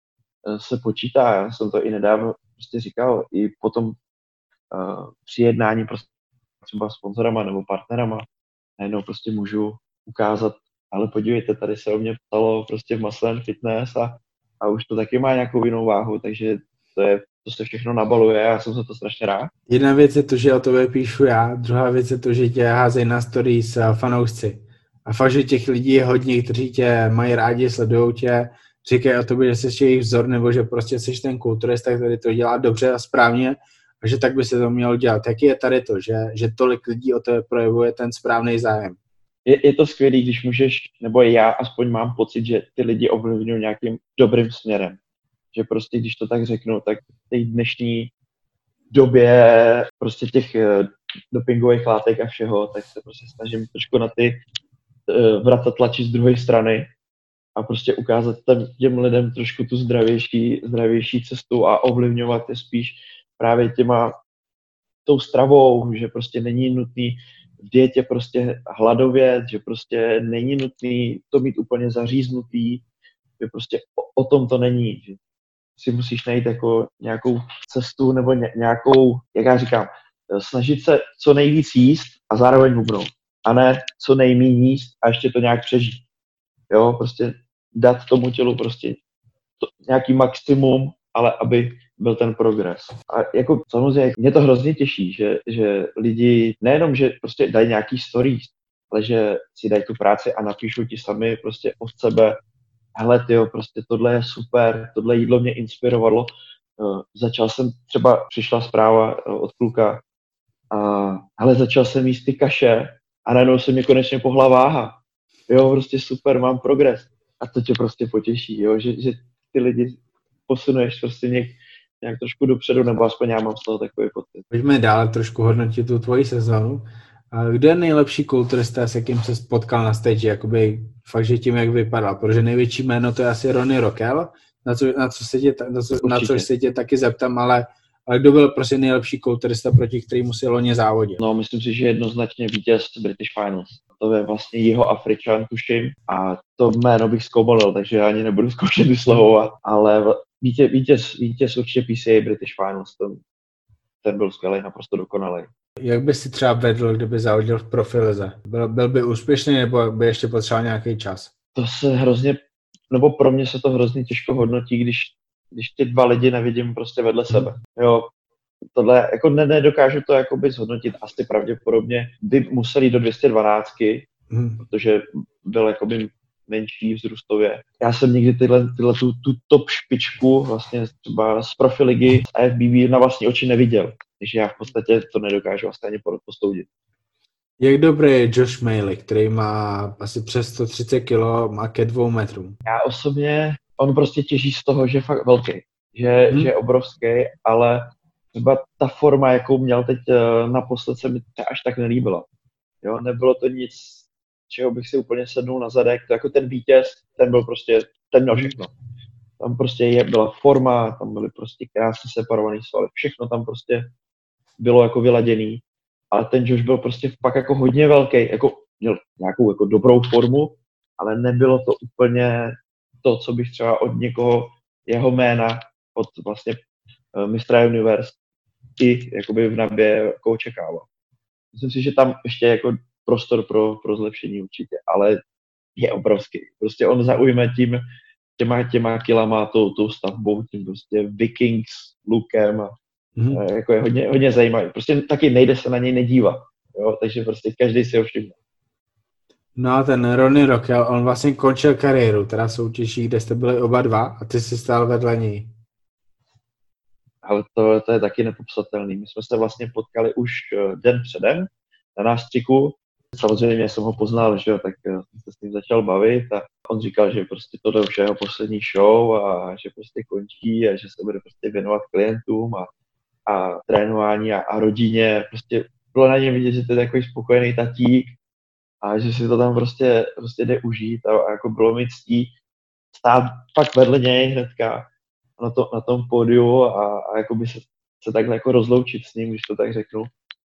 se počítá. Já jsem to i nedávno prostě říkal, i potom při jednání prostě třeba sponzorama nebo partnerama, najednou prostě můžu ukázat, ale podívejte, tady se o mě ptalo prostě v Muscle & Fitness a už to taky má nějakou jinou váhu, takže to se všechno nabaluje a já jsem za to strašně rád. Jedna věc je to, že o tobě píšu já, druhá věc je to, že tě házejí na stories fanoušci. A fakt, že těch lidí je hodně, kteří tě mají rádi, sledují tě, říkají o tobě, že jsi jejich vzor, nebo že prostě jsi ten kulturista, který to dělá dobře a správně a že tak by se to mělo dělat. Jaký je tady to, že tolik lidí o tebe projevuje ten správný zájem? Je to skvělý, když můžeš, nebo já aspoň mám pocit, že ty lidi ovlivňují nějakým dobrým směrem. Že prostě, když to tak řeknu, tak v té dnešní době prostě těch dopingových látek a všeho, tak se prostě snažím trošku na ty vrata tlačit z druhé strany a prostě ukázat těm lidem trošku tu zdravější cestu a ovlivňovat je spíš právě tou stravou, že prostě není nutný v dietě prostě hladovět, že prostě není nutný to mít úplně zaříznutý, že prostě o tom to není, že si musíš najít jako nějakou cestu nebo nějakou, jak já říkám, snažit se co nejvíc jíst a zároveň hubnout. A ne co nejméně jíst a ještě to nějak přežít. Jo, prostě dát tomu tělu prostě nějaký maximum, ale aby byl ten progres. A jako samozřejmě mě to hrozně těší, že lidi nejenom, že prostě dají nějaký stories, ale že si dají tu práci a napíšou ti sami prostě od sebe, hele tyjo, prostě tohle je super, tohle jídlo mě inspirovalo. Přišla zpráva od kluka, hele, začal jsem jíst ty kaše a najednou se mi konečně pohla váha. Jo, prostě super, mám progres. A to tě prostě potěší, jo, že ty lidi posunuješ prostě nějak trošku dopředu, nebo aspoň já mám z toho takový pocit. Pojďme dále trošku hodnotit tu tvoji sezónu. Kdo je nejlepší kulturista, s jakým se spotkal na stage, jakoby fakt, že tím, jak vypadal? Protože největší jméno to je asi Ronnie Rockel, na což se tě taky zeptám, ale kdo byl prostě nejlepší kulturista, proti kterému si loni závodil? No, myslím si, že jednoznačně vítěz British Finals. To je vlastně Jihoafričan, tuším, a to jméno bych zkoumal, takže já ani nebudu zkoušet vyslovovat, ale vítěz určitě PCA British Finals, ten byl skvělý, naprosto dokonalý. Jak by si třeba vedl, kdyby závodil v profilize? Byl by úspěšný, nebo by ještě potřeboval nějaký čas? Pro mě se to hrozně těžko hodnotí, když ty dva lidi nevidím prostě vedle sebe. Jo, tohle, jako nedokážu to jakoby zhodnotit, asi pravděpodobně by museli do 212, protože byl jakoby menší vzrůstově. Já jsem nikdy tu top špičku vlastně třeba z profiligy z AFBB na vlastní oči neviděl, takže já v podstatě to nedokážu asi ani posoudit. Jak dobrý je Josh Maley, který má asi přes 130 kg, má ke 2 metrům? Já osobně, on prostě těží z toho, že je fakt velký, že je obrovský, ale třeba ta forma, jakou měl teď naposled, se mi až tak nelíbila. Jo, nebylo to nic, čeho bych si úplně sednul na zadek, to jako ten vítěz, ten měl všechno. Tam prostě byla forma, tam byly prostě krásně separovaný svaly, všechno tam prostě bylo jako vyladěný. Ale ten Josh byl prostě pak jako hodně velký, jako měl nějakou jako dobrou formu, ale nebylo to úplně to, co bych třeba od někoho jeho jména, od vlastně mistra Universe i jakoby v Nabě jako očekával. Myslím si, že tam ještě jako prostor pro zlepšení určitě, ale je obrovský. Prostě on zaujme těma kilama, tou stavbou, tím prostě Vikings lookem a jako je hodně zajímavý. Prostě taky nejde se na něj nedívat, jo? Takže prostě každý si ho všimne. No a ten Ronnie Rockel, on vlastně končil kariéru, teda soutěží, kde jste byli oba dva a ty jsi stál vedle něj. Ale to je taky nepopsatelný. My jsme se vlastně potkali už den předem na nástřiku. Samozřejmě jsem ho poznal, že jo, tak jsem se s ním začal bavit a on říkal, že prostě tohle už je jeho poslední show a že prostě končí a že se bude prostě věnovat klientům a trénování a rodině. Prostě bylo na něm vidět, že to je takový spokojený tatík a že si to tam prostě jde užít a jako bylo mi ctí stát pak vedle něj hnedka na tom pódiu a jakoby se takhle jako rozloučit s ním, když to tak řeknu.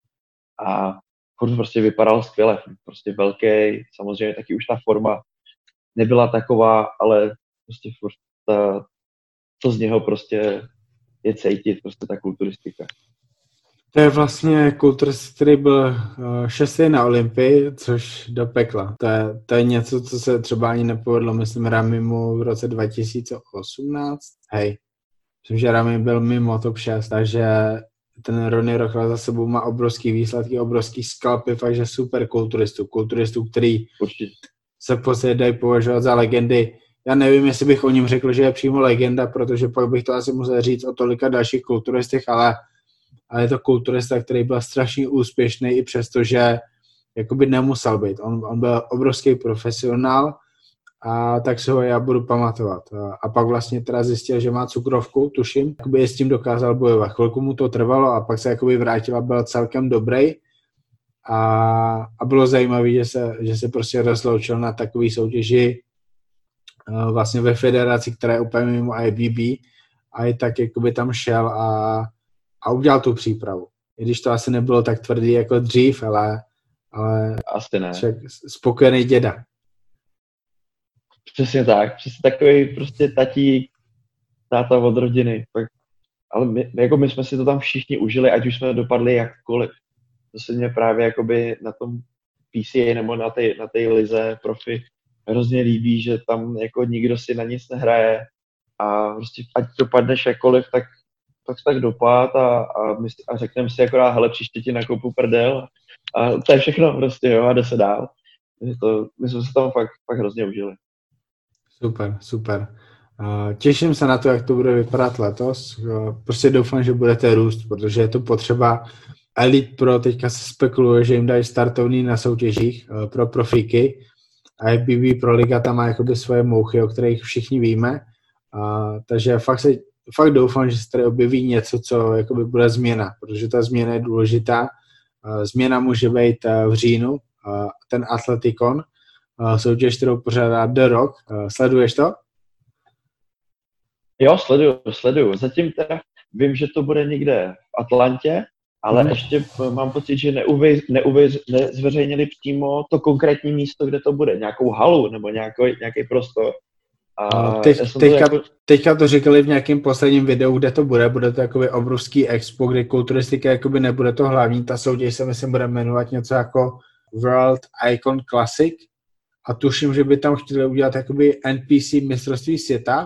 A furt prostě vypadal skvěle, prostě velký, samozřejmě taky už ta forma nebyla taková, ale prostě furt co z něho prostě je cítit, prostě ta kulturistika. To je vlastně kulturist, který byl 6. na Olympii, což do pekla. To je něco, co se třeba ani nepovedlo, myslím, Ramimu v roce 2018. Hej, myslím, že Rami byl mimo top 6, takže ten Ronnie Rockler za sebou má obrovský výsledky, obrovský skalpy, fakt, že super kulturistů, který Určitě. se v podstatě dají považovat za legendy. Já nevím, jestli bych o něm řekl, že je přímo legenda, protože pak bych to asi musel říct o tolika dalších kulturistech, ale je to kulturista, který byl strašně úspěšný i přesto, že jakoby nemusel být. On byl obrovský profesionál a tak se ho já budu pamatovat. A pak vlastně teda zjistil, že má cukrovku, tuším, jakoby s tím dokázal bojovat. Chvilku mu to trvalo a pak se jakoby vrátil a byl celkem dobrý. A bylo zajímavé, že se prostě rozloučil na takový soutěži vlastně ve federaci, která je úplně mimo IBB a i tak jakoby tam šel a udělal tu přípravu. I když to asi nebylo tak tvrdý jako dřív, ale asi ne. Spokojený děda. Přesně tak. Přesně takový prostě táta od rodiny. Ale my jsme si to tam všichni užili, ať už jsme dopadli jakkoliv. To se mě právě jakoby na tom PCA nebo na té lize profi hrozně líbí, že tam jako nikdo si na nic nehraje a prostě ať dopadneš jakkoliv, tak dopad a řekneme si akorát, hele, příště ti nakoupu prdel a to je všechno prostě, jo, a jde se dál. My jsme se tam fakt hrozně užili. Super. Těším se na to, jak to bude vypadat letos. Prostě doufám, že budete růst, protože je to potřeba. Elite Pro teďka se spekuluje, že jim dají startovný na soutěžích pro profíky a IBB Pro Liga tam má jakoby svoje mouchy, o kterých všichni víme. Takže fakt doufám, že se tady objeví něco, co jakoby bude změna, protože ta změna je důležitá. Změna může být v říjnu, ten Atletikon, soutěž, kterou pořádá The Rock. Sleduješ to? Jo, sleduju. Zatím teda vím, že to bude někde v Atlantě, ale ještě mám pocit, že nezveřejnili přímo to konkrétní místo, kde to bude. Nějakou halu nebo nějaký prostor. Teďka to říkali v nějakém posledním videu, kde to bude to jakoby obrovský expo, kde kulturistika jakoby nebude to hlavní, ta soutěž se myslím bude jmenovat něco jako World Icon Classic a tuším, že by tam chtěli udělat jakoby NPC mistrovství světa,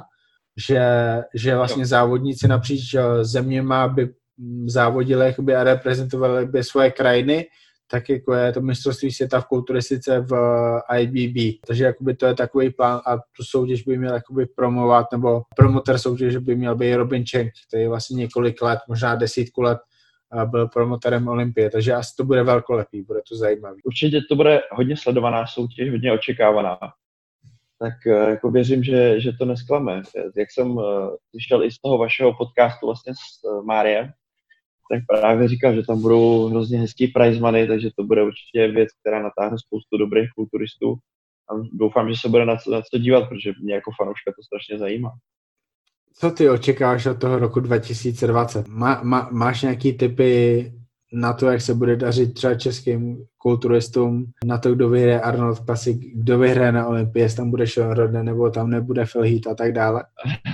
že vlastně závodníci napříč zeměma by závodili jakoby a reprezentovali by svoje krajiny, tak jako je to mistrovství světa v kulturistice v IBB. Takže jakoby to je takový plán a tu soutěž by měl jakoby promovat, nebo promotor soutěže by měl být Robin Cheng, který vlastně několik let, možná 10 let byl promotorem Olympie, takže asi to bude velkolepý, bude to zajímavý. Určitě to bude hodně sledovaná soutěž, hodně očekávaná. Tak jako věřím, že to nesklame. Jak jsem slyšel i z toho vašeho podcastu vlastně s Máriem, tak právě říkal, že tam budou hrozně hezký prize money, takže to bude určitě věc, která natáhne spoustu dobrých kulturistů. A doufám, že se bude na co dívat, protože mě jako fanouška to strašně zajímá. Co ty očekáváš od toho roku 2020? Máš nějaký tipy na to, jak se bude dařit třeba českým kulturistům, na to, kdo vyhraje Arnold Classic, kdo vyhraje na Olympii, jestli tam bude Sean Rodney, nebo tam nebude Phil Heath a tak dále?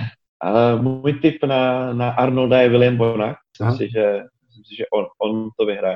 Můj tip na Arnolda je William Bonac. Myslím si, že on to vyhraje.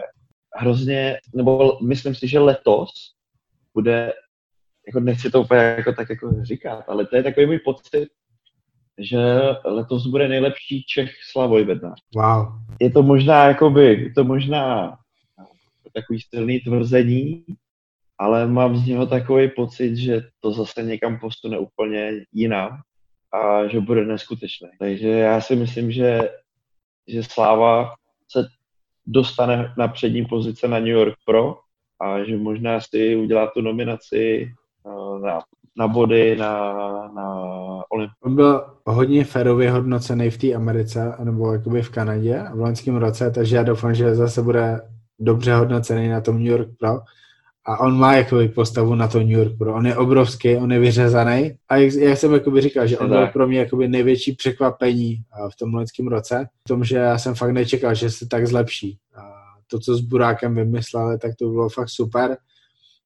Myslím si, že letos bude, jako nechci to úplně jako říkat, ale to je takový můj pocit, že letos bude nejlepší Čech Slavoj Bednář. Wow. Je to možná takový silný tvrzení, ale mám z něho takový pocit, že to zase někam posune úplně jinam a že bude neskutečný. Takže já si myslím, že Sláva se dostane na přední pozice na New York Pro a že možná si udělá tu nominaci na body na Olympii. On byl hodně férově hodnocený v té Americe nebo jakoby v Kanadě v loňském roce, takže já doufám, že zase bude dobře hodnocený na tom New York Pro. A on má jakoby postavu na to New York Pro. On je obrovský, on je vyřezaný. A jak jsem jakoby říkal, že on byl pro mě jakoby největší překvapení v tom loňském roce. V tom, že já jsem fakt nečekal, že se tak zlepší. A to, co s Burákem vymysleli, tak to bylo fakt super.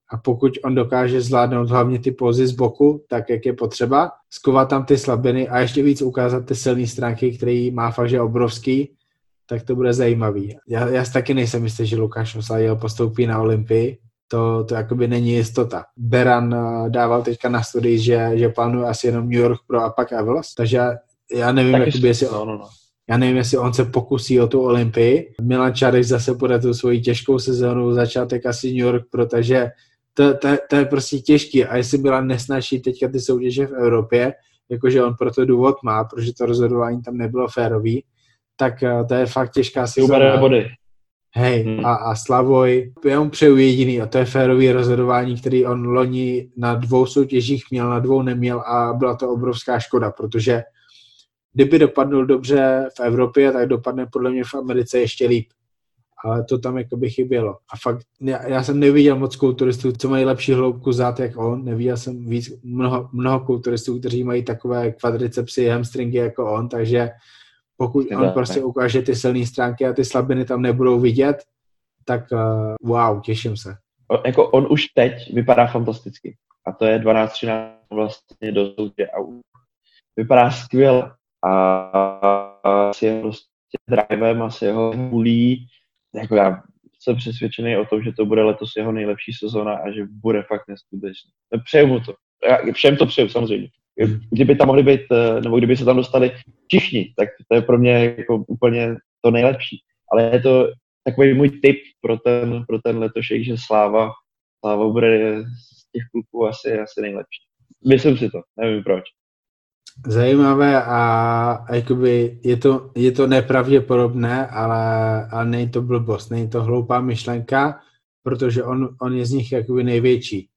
A pokud on dokáže zvládnout hlavně ty pózy z boku, tak jak je potřeba, skovat tam ty slabiny a ještě víc ukázat ty silné stránky, který má fakt, že obrovský, tak to bude zajímavý. Já si taky nejsem jistý, že Lukáš Osladil postoupí na Olympii. To jakoby není jistota. Beran dával teďka na studii, že plánuje asi jenom New York Pro a pak Evels, takže já nevím, jakoby, já nevím, jestli on se pokusí o tu Olympii. Milan Čárek zase bude tu svoji těžkou sezónu, začátek asi New York Pro, takže to je prostě těžký. A jestli byla nesnaží teďka ty soutěže v Evropě, jakože on proto důvod má, protože to rozhodování tam nebylo férový, tak to je fakt těžká sezóna. Hej, a Slavoj, já mu přeju jediný a to je férový rozhodování, který on loni na 2 soutěžích měl, na 2 neměl a byla to obrovská škoda, protože kdyby dopadnul dobře v Evropě, tak dopadne podle mě v Americe ještě líp. Ale to tam jakoby chybělo. A fakt, já jsem neviděl moc kulturistů, co mají lepší hloubku zad jak on, neviděl jsem mnoho kulturistů, kteří mají takové kvadricepsy, hamstringy jako on, takže pokud on prostě ukáže ty silné stránky a ty slabiny tam nebudou vidět, tak wow, těším se. Jako on už teď vypadá fantasticky. A to je 12-13 vlastně do soudě a vypadá skvěle. A s jeho prostě drivem a s jeho hulí, jako já jsem přesvědčený o tom, že to bude letos jeho nejlepší sezona a že bude fakt neskutečný. Přeju mu to. Já všem to přeju samozřejmě. Kdyby tam mohli být, nebo kdyby se tam dostali všichni, tak to je pro mě jako úplně to nejlepší. Ale je to takový můj tip pro ten letošek, že Sláva bude z těch kluků asi nejlepší. Myslím si to, nevím proč. Zajímavé a jakoby je to nepravděpodobné, ale není to blbost, není to hloupá myšlenka, protože on je z nich jakoby největší.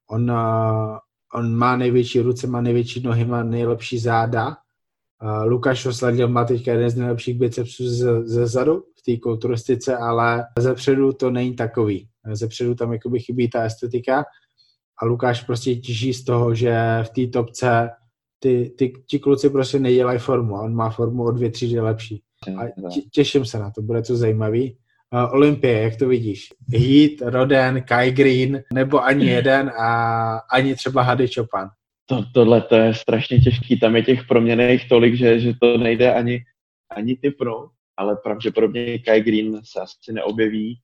On má největší ruce, má největší nohy, má nejlepší záda. Lukáš Osladil má teďka jeden z nejlepších bicepsů ze zadu v té kulturistice, ale zepředu to není takový. Zepředu tam jakoby chybí ta estetika a Lukáš prostě těží z toho, že v té topce ti kluci prostě nedělají formu. On má formu o 2 třídy lepší. A těším se na to, bude to zajímavý. Olympie, jak to vidíš? Heat, Roden, Kai Green, nebo ani jeden a ani třeba Hady Chopin? Tohle to je strašně těžký. Tam je těch proměnných tolik, že to nejde ani typnout, ale pravděpodobně Kai Green se asi neobjeví.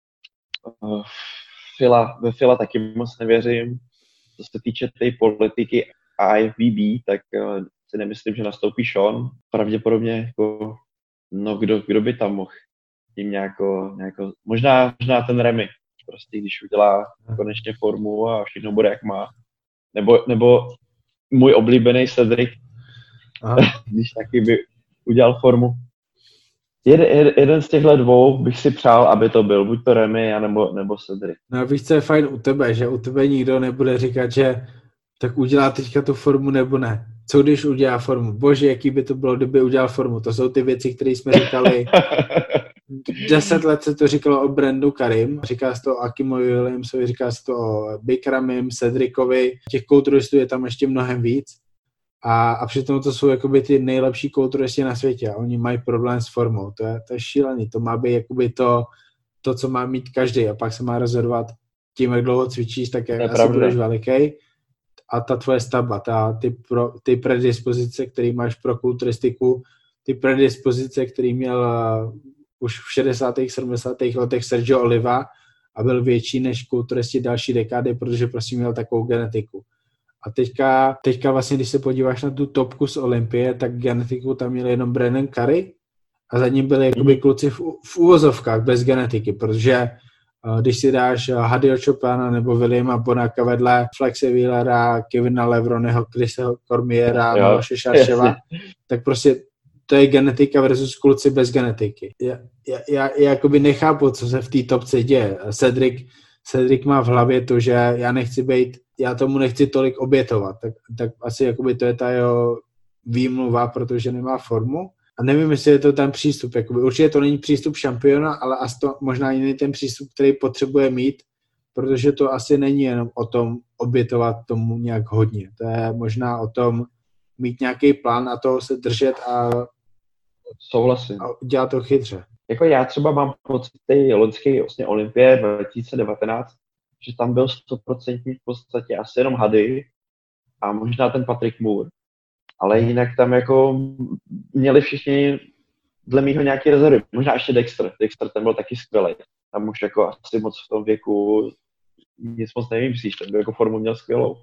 Ve Fila taky moc nevěřím. Co se týče té politiky IFBB, tak si nemyslím, že nastoupí Sean. Pravděpodobně jako, no kdo by tam mohl tím nějako možná ten Remy, prostě když udělá konečně formu a všechno bude jak má. Nebo můj oblíbený Cedric, když taky by udělal formu. Jeden z těchto 2 bych si přál, aby to byl, buď to Remy, nebo Cedric. No víš, co je fajn u tebe, že u tebe nikdo nebude říkat, že tak udělá teďka tu formu nebo ne. Co když udělá formu? Bože, jaký by to bylo, kdyby udělal formu. To jsou ty věci, které jsme říkali. 10 let se to říkalo o Brandu Karim, říká se to o Akimovi Williamsovi, říká se to o Bikramim, Cedricovi. Těch kulturistů je tam ještě mnohem víc. A přitom to jsou jakoby ty nejlepší kulturisti na světě a oni mají problém s formou. To je šílený. To má být jakoby to, co má mít každý a pak se má rozhodovat tím, jak dlouho cvičíš, tak jak asi budeš veliký. A ta tvoje stavba, ty predispozice, které máš pro kulturistiku, ty predispozice, který měl už v 60. 70. letech Sergio Oliva a byl větší než kulturisti další dekády, protože prostě měl takovou genetiku. A teďka vlastně, když se podíváš na tu topku z Olympie, tak genetiku tam měl jenom Brandon Curry a za ním byli jakoby kluci v uvozovkách bez genetiky, protože když si dáš Hadyho Chopina nebo Williama Bonaka vedle Flexe Wheelera, Kevina Levroneho, Chrisa Cormiera, Miloše Šarševa, tak prostě to je genetika versus kluci bez genetiky. Já jakoby nechápu, co se v té topce děje. Cedric má v hlavě to, že já tomu nechci tolik obětovat, tak asi jakoby to je ta jeho výmluva, protože nemá formu. A nevím, jestli je to ten přístup. Jakoby, určitě to není přístup šampiona, ale asi to možná jiný ten přístup, který potřebuje mít, protože to asi není jenom o tom obětovat tomu nějak hodně. To je možná o tom mít nějaký plán a toho se držet a souhlasím. A dělat to chytře. Jako já třeba mám pocit té loňské vlastně Olympie 2019, že tam byl 100% v podstatě asi jenom Hady a možná ten Patrick Moore. Ale jinak tam jako měli všichni dle mýho nějaký rezervy. Možná ještě Dexter. Dexter ten byl taky skvělý. Tam už jako asi moc v tom věku nic moc nevymyslíš. Ten byl jako formu měl skvělou.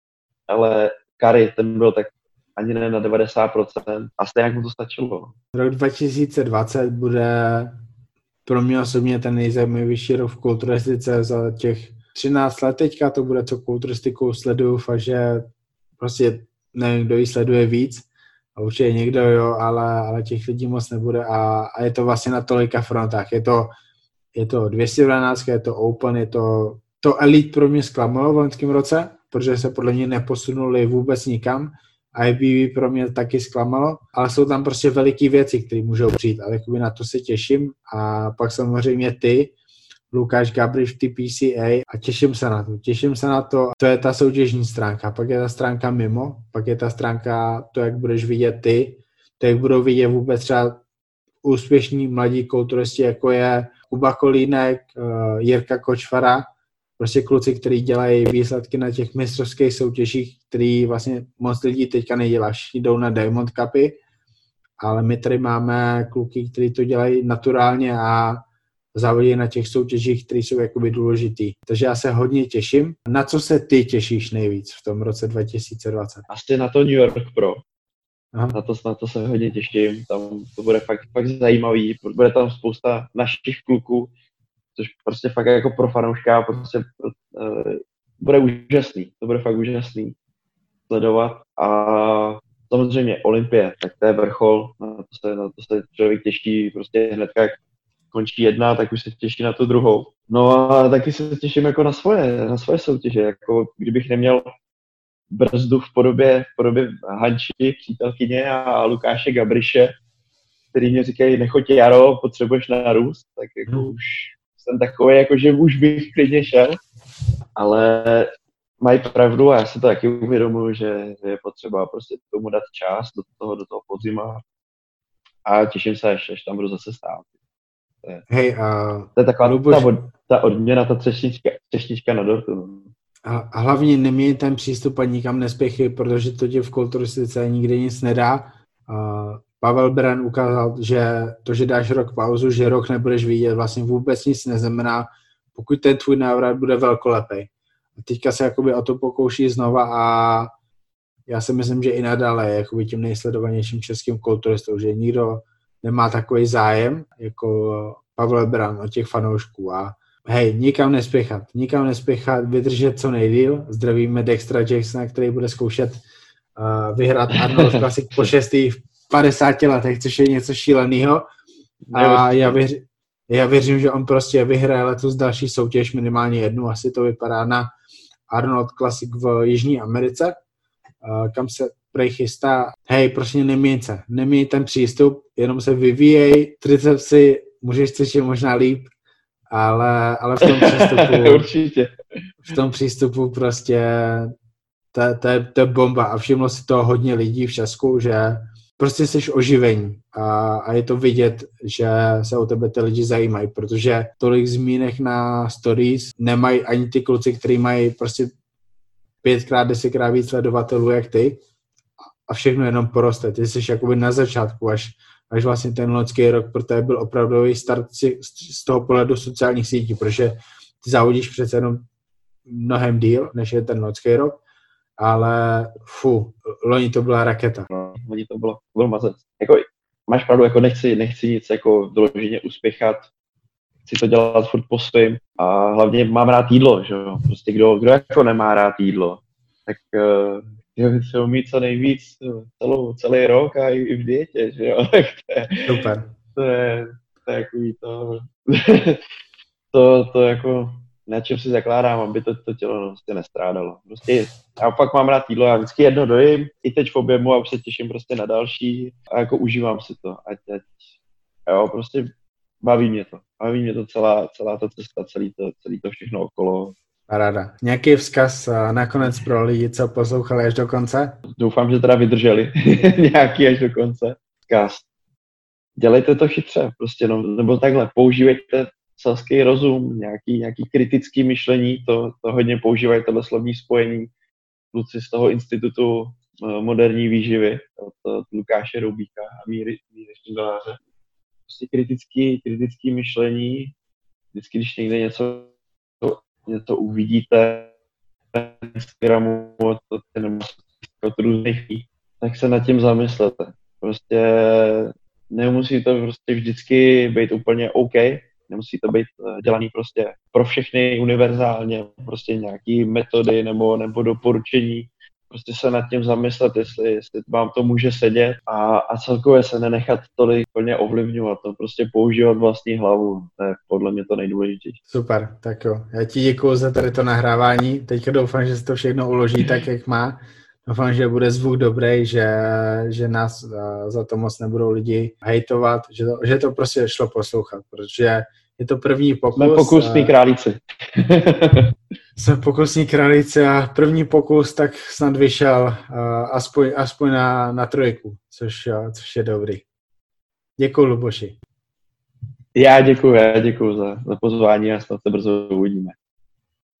Ale Curry, ten byl tak ani ne na 90% a stejně mu to stačilo. Rok 2020 bude pro mě osobně ten nejzajímavější rok v kulturistice za těch 13 let teďka, to bude, co kulturistiku sleduju, fakt, že prostě nevím, kdo ji sleduje víc, a určitě někdo, jo, ale těch lidí moc nebude a je to vlastně na tolika frontách. Je to 212, je to Open, je to Elite pro mě zklamalo v loňském roce, protože se podle mě neposunuli vůbec nikam. IBV pro mě taky zklamalo, ale jsou tam prostě veliký věci, které můžou přijít, ale jakoby na to se těším a pak samozřejmě ty, Lukáš Gabriš v TPCA a těším se na to, to je ta soutěžní stránka, pak je ta stránka mimo, pak je ta stránka to, jak budeš vidět ty, to, jak budou vidět vůbec třeba úspěšní mladí kulturisti, jako je Kuba Kolínek, Jirka Kočvara, prostě kluci, kteří dělají výsledky na těch mistrovských soutěžích, který vlastně moc lidí teďka nedělá, jdou na Diamond Cupy, ale my tady máme kluky, kteří to dělají naturálně a závodí na těch soutěžích, které jsou jakoby důležitý. Takže já se hodně těším. Na co se ty těšíš nejvíc v tom roce 2020? Asi na to New York Pro. Na to se hodně těším. Tam to bude fakt zajímavý. Bude tam spousta našich kluků, což prostě fakt jako pro fanouška prostě bude úžasný. To bude fakt úžasný sledovat. A samozřejmě Olympie, tak to je vrchol. Na to se člověk těší prostě hnedka, jak končí jedna, tak už se těší na tu druhou. No a taky se těším jako na svoje soutěže. Jako kdybych neměl brzdu v podobě Hanči, přítelkyně a Lukáše Gabriše, který mě říkají, nechoď Jaro, potřebuješ narůst, tak jako už jsem takový, jako že už bych klidně šel, ale mají pravdu a já si to taky uvědomuji, že je potřeba prostě tomu dát čas do toho podzima a těším se, až tam budu zase stát. To je taková ta odměna, ta třešnička na dortu. No. A hlavně neměj ten přístup a nikam nespěchy, protože to ti v kulturistice nikdy nic nedá. Pavel Beran ukázal, že to, že dáš rok pauzu, že rok nebudeš vidět, vlastně vůbec nic neznamená, pokud ten tvůj návrat bude velkolepej. A teďka se jakoby o to pokouší znova a já si myslím, že i nadále je jakoby tím nejsledovanějším českým kulturistou, že nikdo nemá takový zájem jako Pavel Beran od těch fanoušků a hej, nikam nespěchat, vydržet co nejdýl. Zdravíme Dextra Jacksona, který bude zkoušet vyhrát Arnold Classic po 6. v 50 letech, což je něco šíleného. A já věřím, že on prostě vyhraje letos další soutěž, minimálně jednu, asi to vypadá na Arnold Classic v Jižní Americe, kam se prej chystá. Hej, prostě neměj ten přístup, jenom se vyvíjej, tricepsy můžeš cvičit možná líp, ale v tom přístupu určitě. V tom přístupu prostě to je bomba a všimlo si to hodně lidí v Česku, že prostě jsi oživení a je to vidět, že se o tebe ty lidi zajímají, protože tolik zmínek na stories nemají ani ty kluci, kteří mají prostě 5x, 10x víc sledovatelů jak ty a všechno jenom poroste. Ty jsi jakoby na začátku, až vlastně ten loňský rok pro tebe byl opravdový start z toho pohledu sociálních sítí, protože ty závodíš přece jenom mnohem díl, než je ten loňský rok, ale loni to byla raketa. No, loni to byl mazec. Jako, máš pravdu, jako nechci nic jako doloženě uspěchat, chci to dělat furt po svým a hlavně mám rád jídlo, že jo, prostě kdo jako nemá rád jídlo, tak se umí co nejvíc celý rok a i v dietě, že jo, tak super. To je takový to jako na čem si zakládám, aby to tělo prostě nestrádalo. Prostě já pak mám rád jídlo, já vždycky jedno dojím, i teď v objemu a už se těším prostě na další a jako užívám si to. Ať jo, prostě baví mě to celá ta cesta, celý to všechno okolo. Paráda. Nějaký vzkaz nakonec pro lidi, co poslouchali až do konce? Doufám, že teda vydrželi nějaký až do konce. Vzkaz. Dělejte to chytře, prostě, nebo takhle, používejte selský rozum, nějaký kritický myšlení, to hodně používají tohle slovní spojení kluci z toho institutu moderní výživy od Lukáše Roubíka a Míry Šindeláře. Prostě kritický myšlení, vždycky, když někde něco uvidíte na Instagramu od různých, tak se nad tím zamyslete. Prostě nemusí to prostě vždycky být úplně OK, nemusí to být dělaný prostě pro všechny univerzálně, prostě nějaký metody nebo doporučení. Prostě se nad tím zamyslet, jestli vám to může sedět a celkově se nenechat tolik plně ovlivňovat, to prostě používat vlastní hlavu, to je podle mě to nejdůležitější. Super, tak jo. Já ti děkuju za tady to nahrávání, teďka doufám, že se to všechno uloží tak, jak má. Doufám, že bude zvuk dobrý, že nás za to moc nebudou lidi hejtovat, že to prostě šlo poslouchat, protože je to první pokus. Jsme pokusní králíci. Jsme pokusní králíci a první pokus tak snad vyšel aspoň na 3, což je dobrý. Děkuju, Luboši. Já děkuju za pozvání a snad se brzo uvidíme.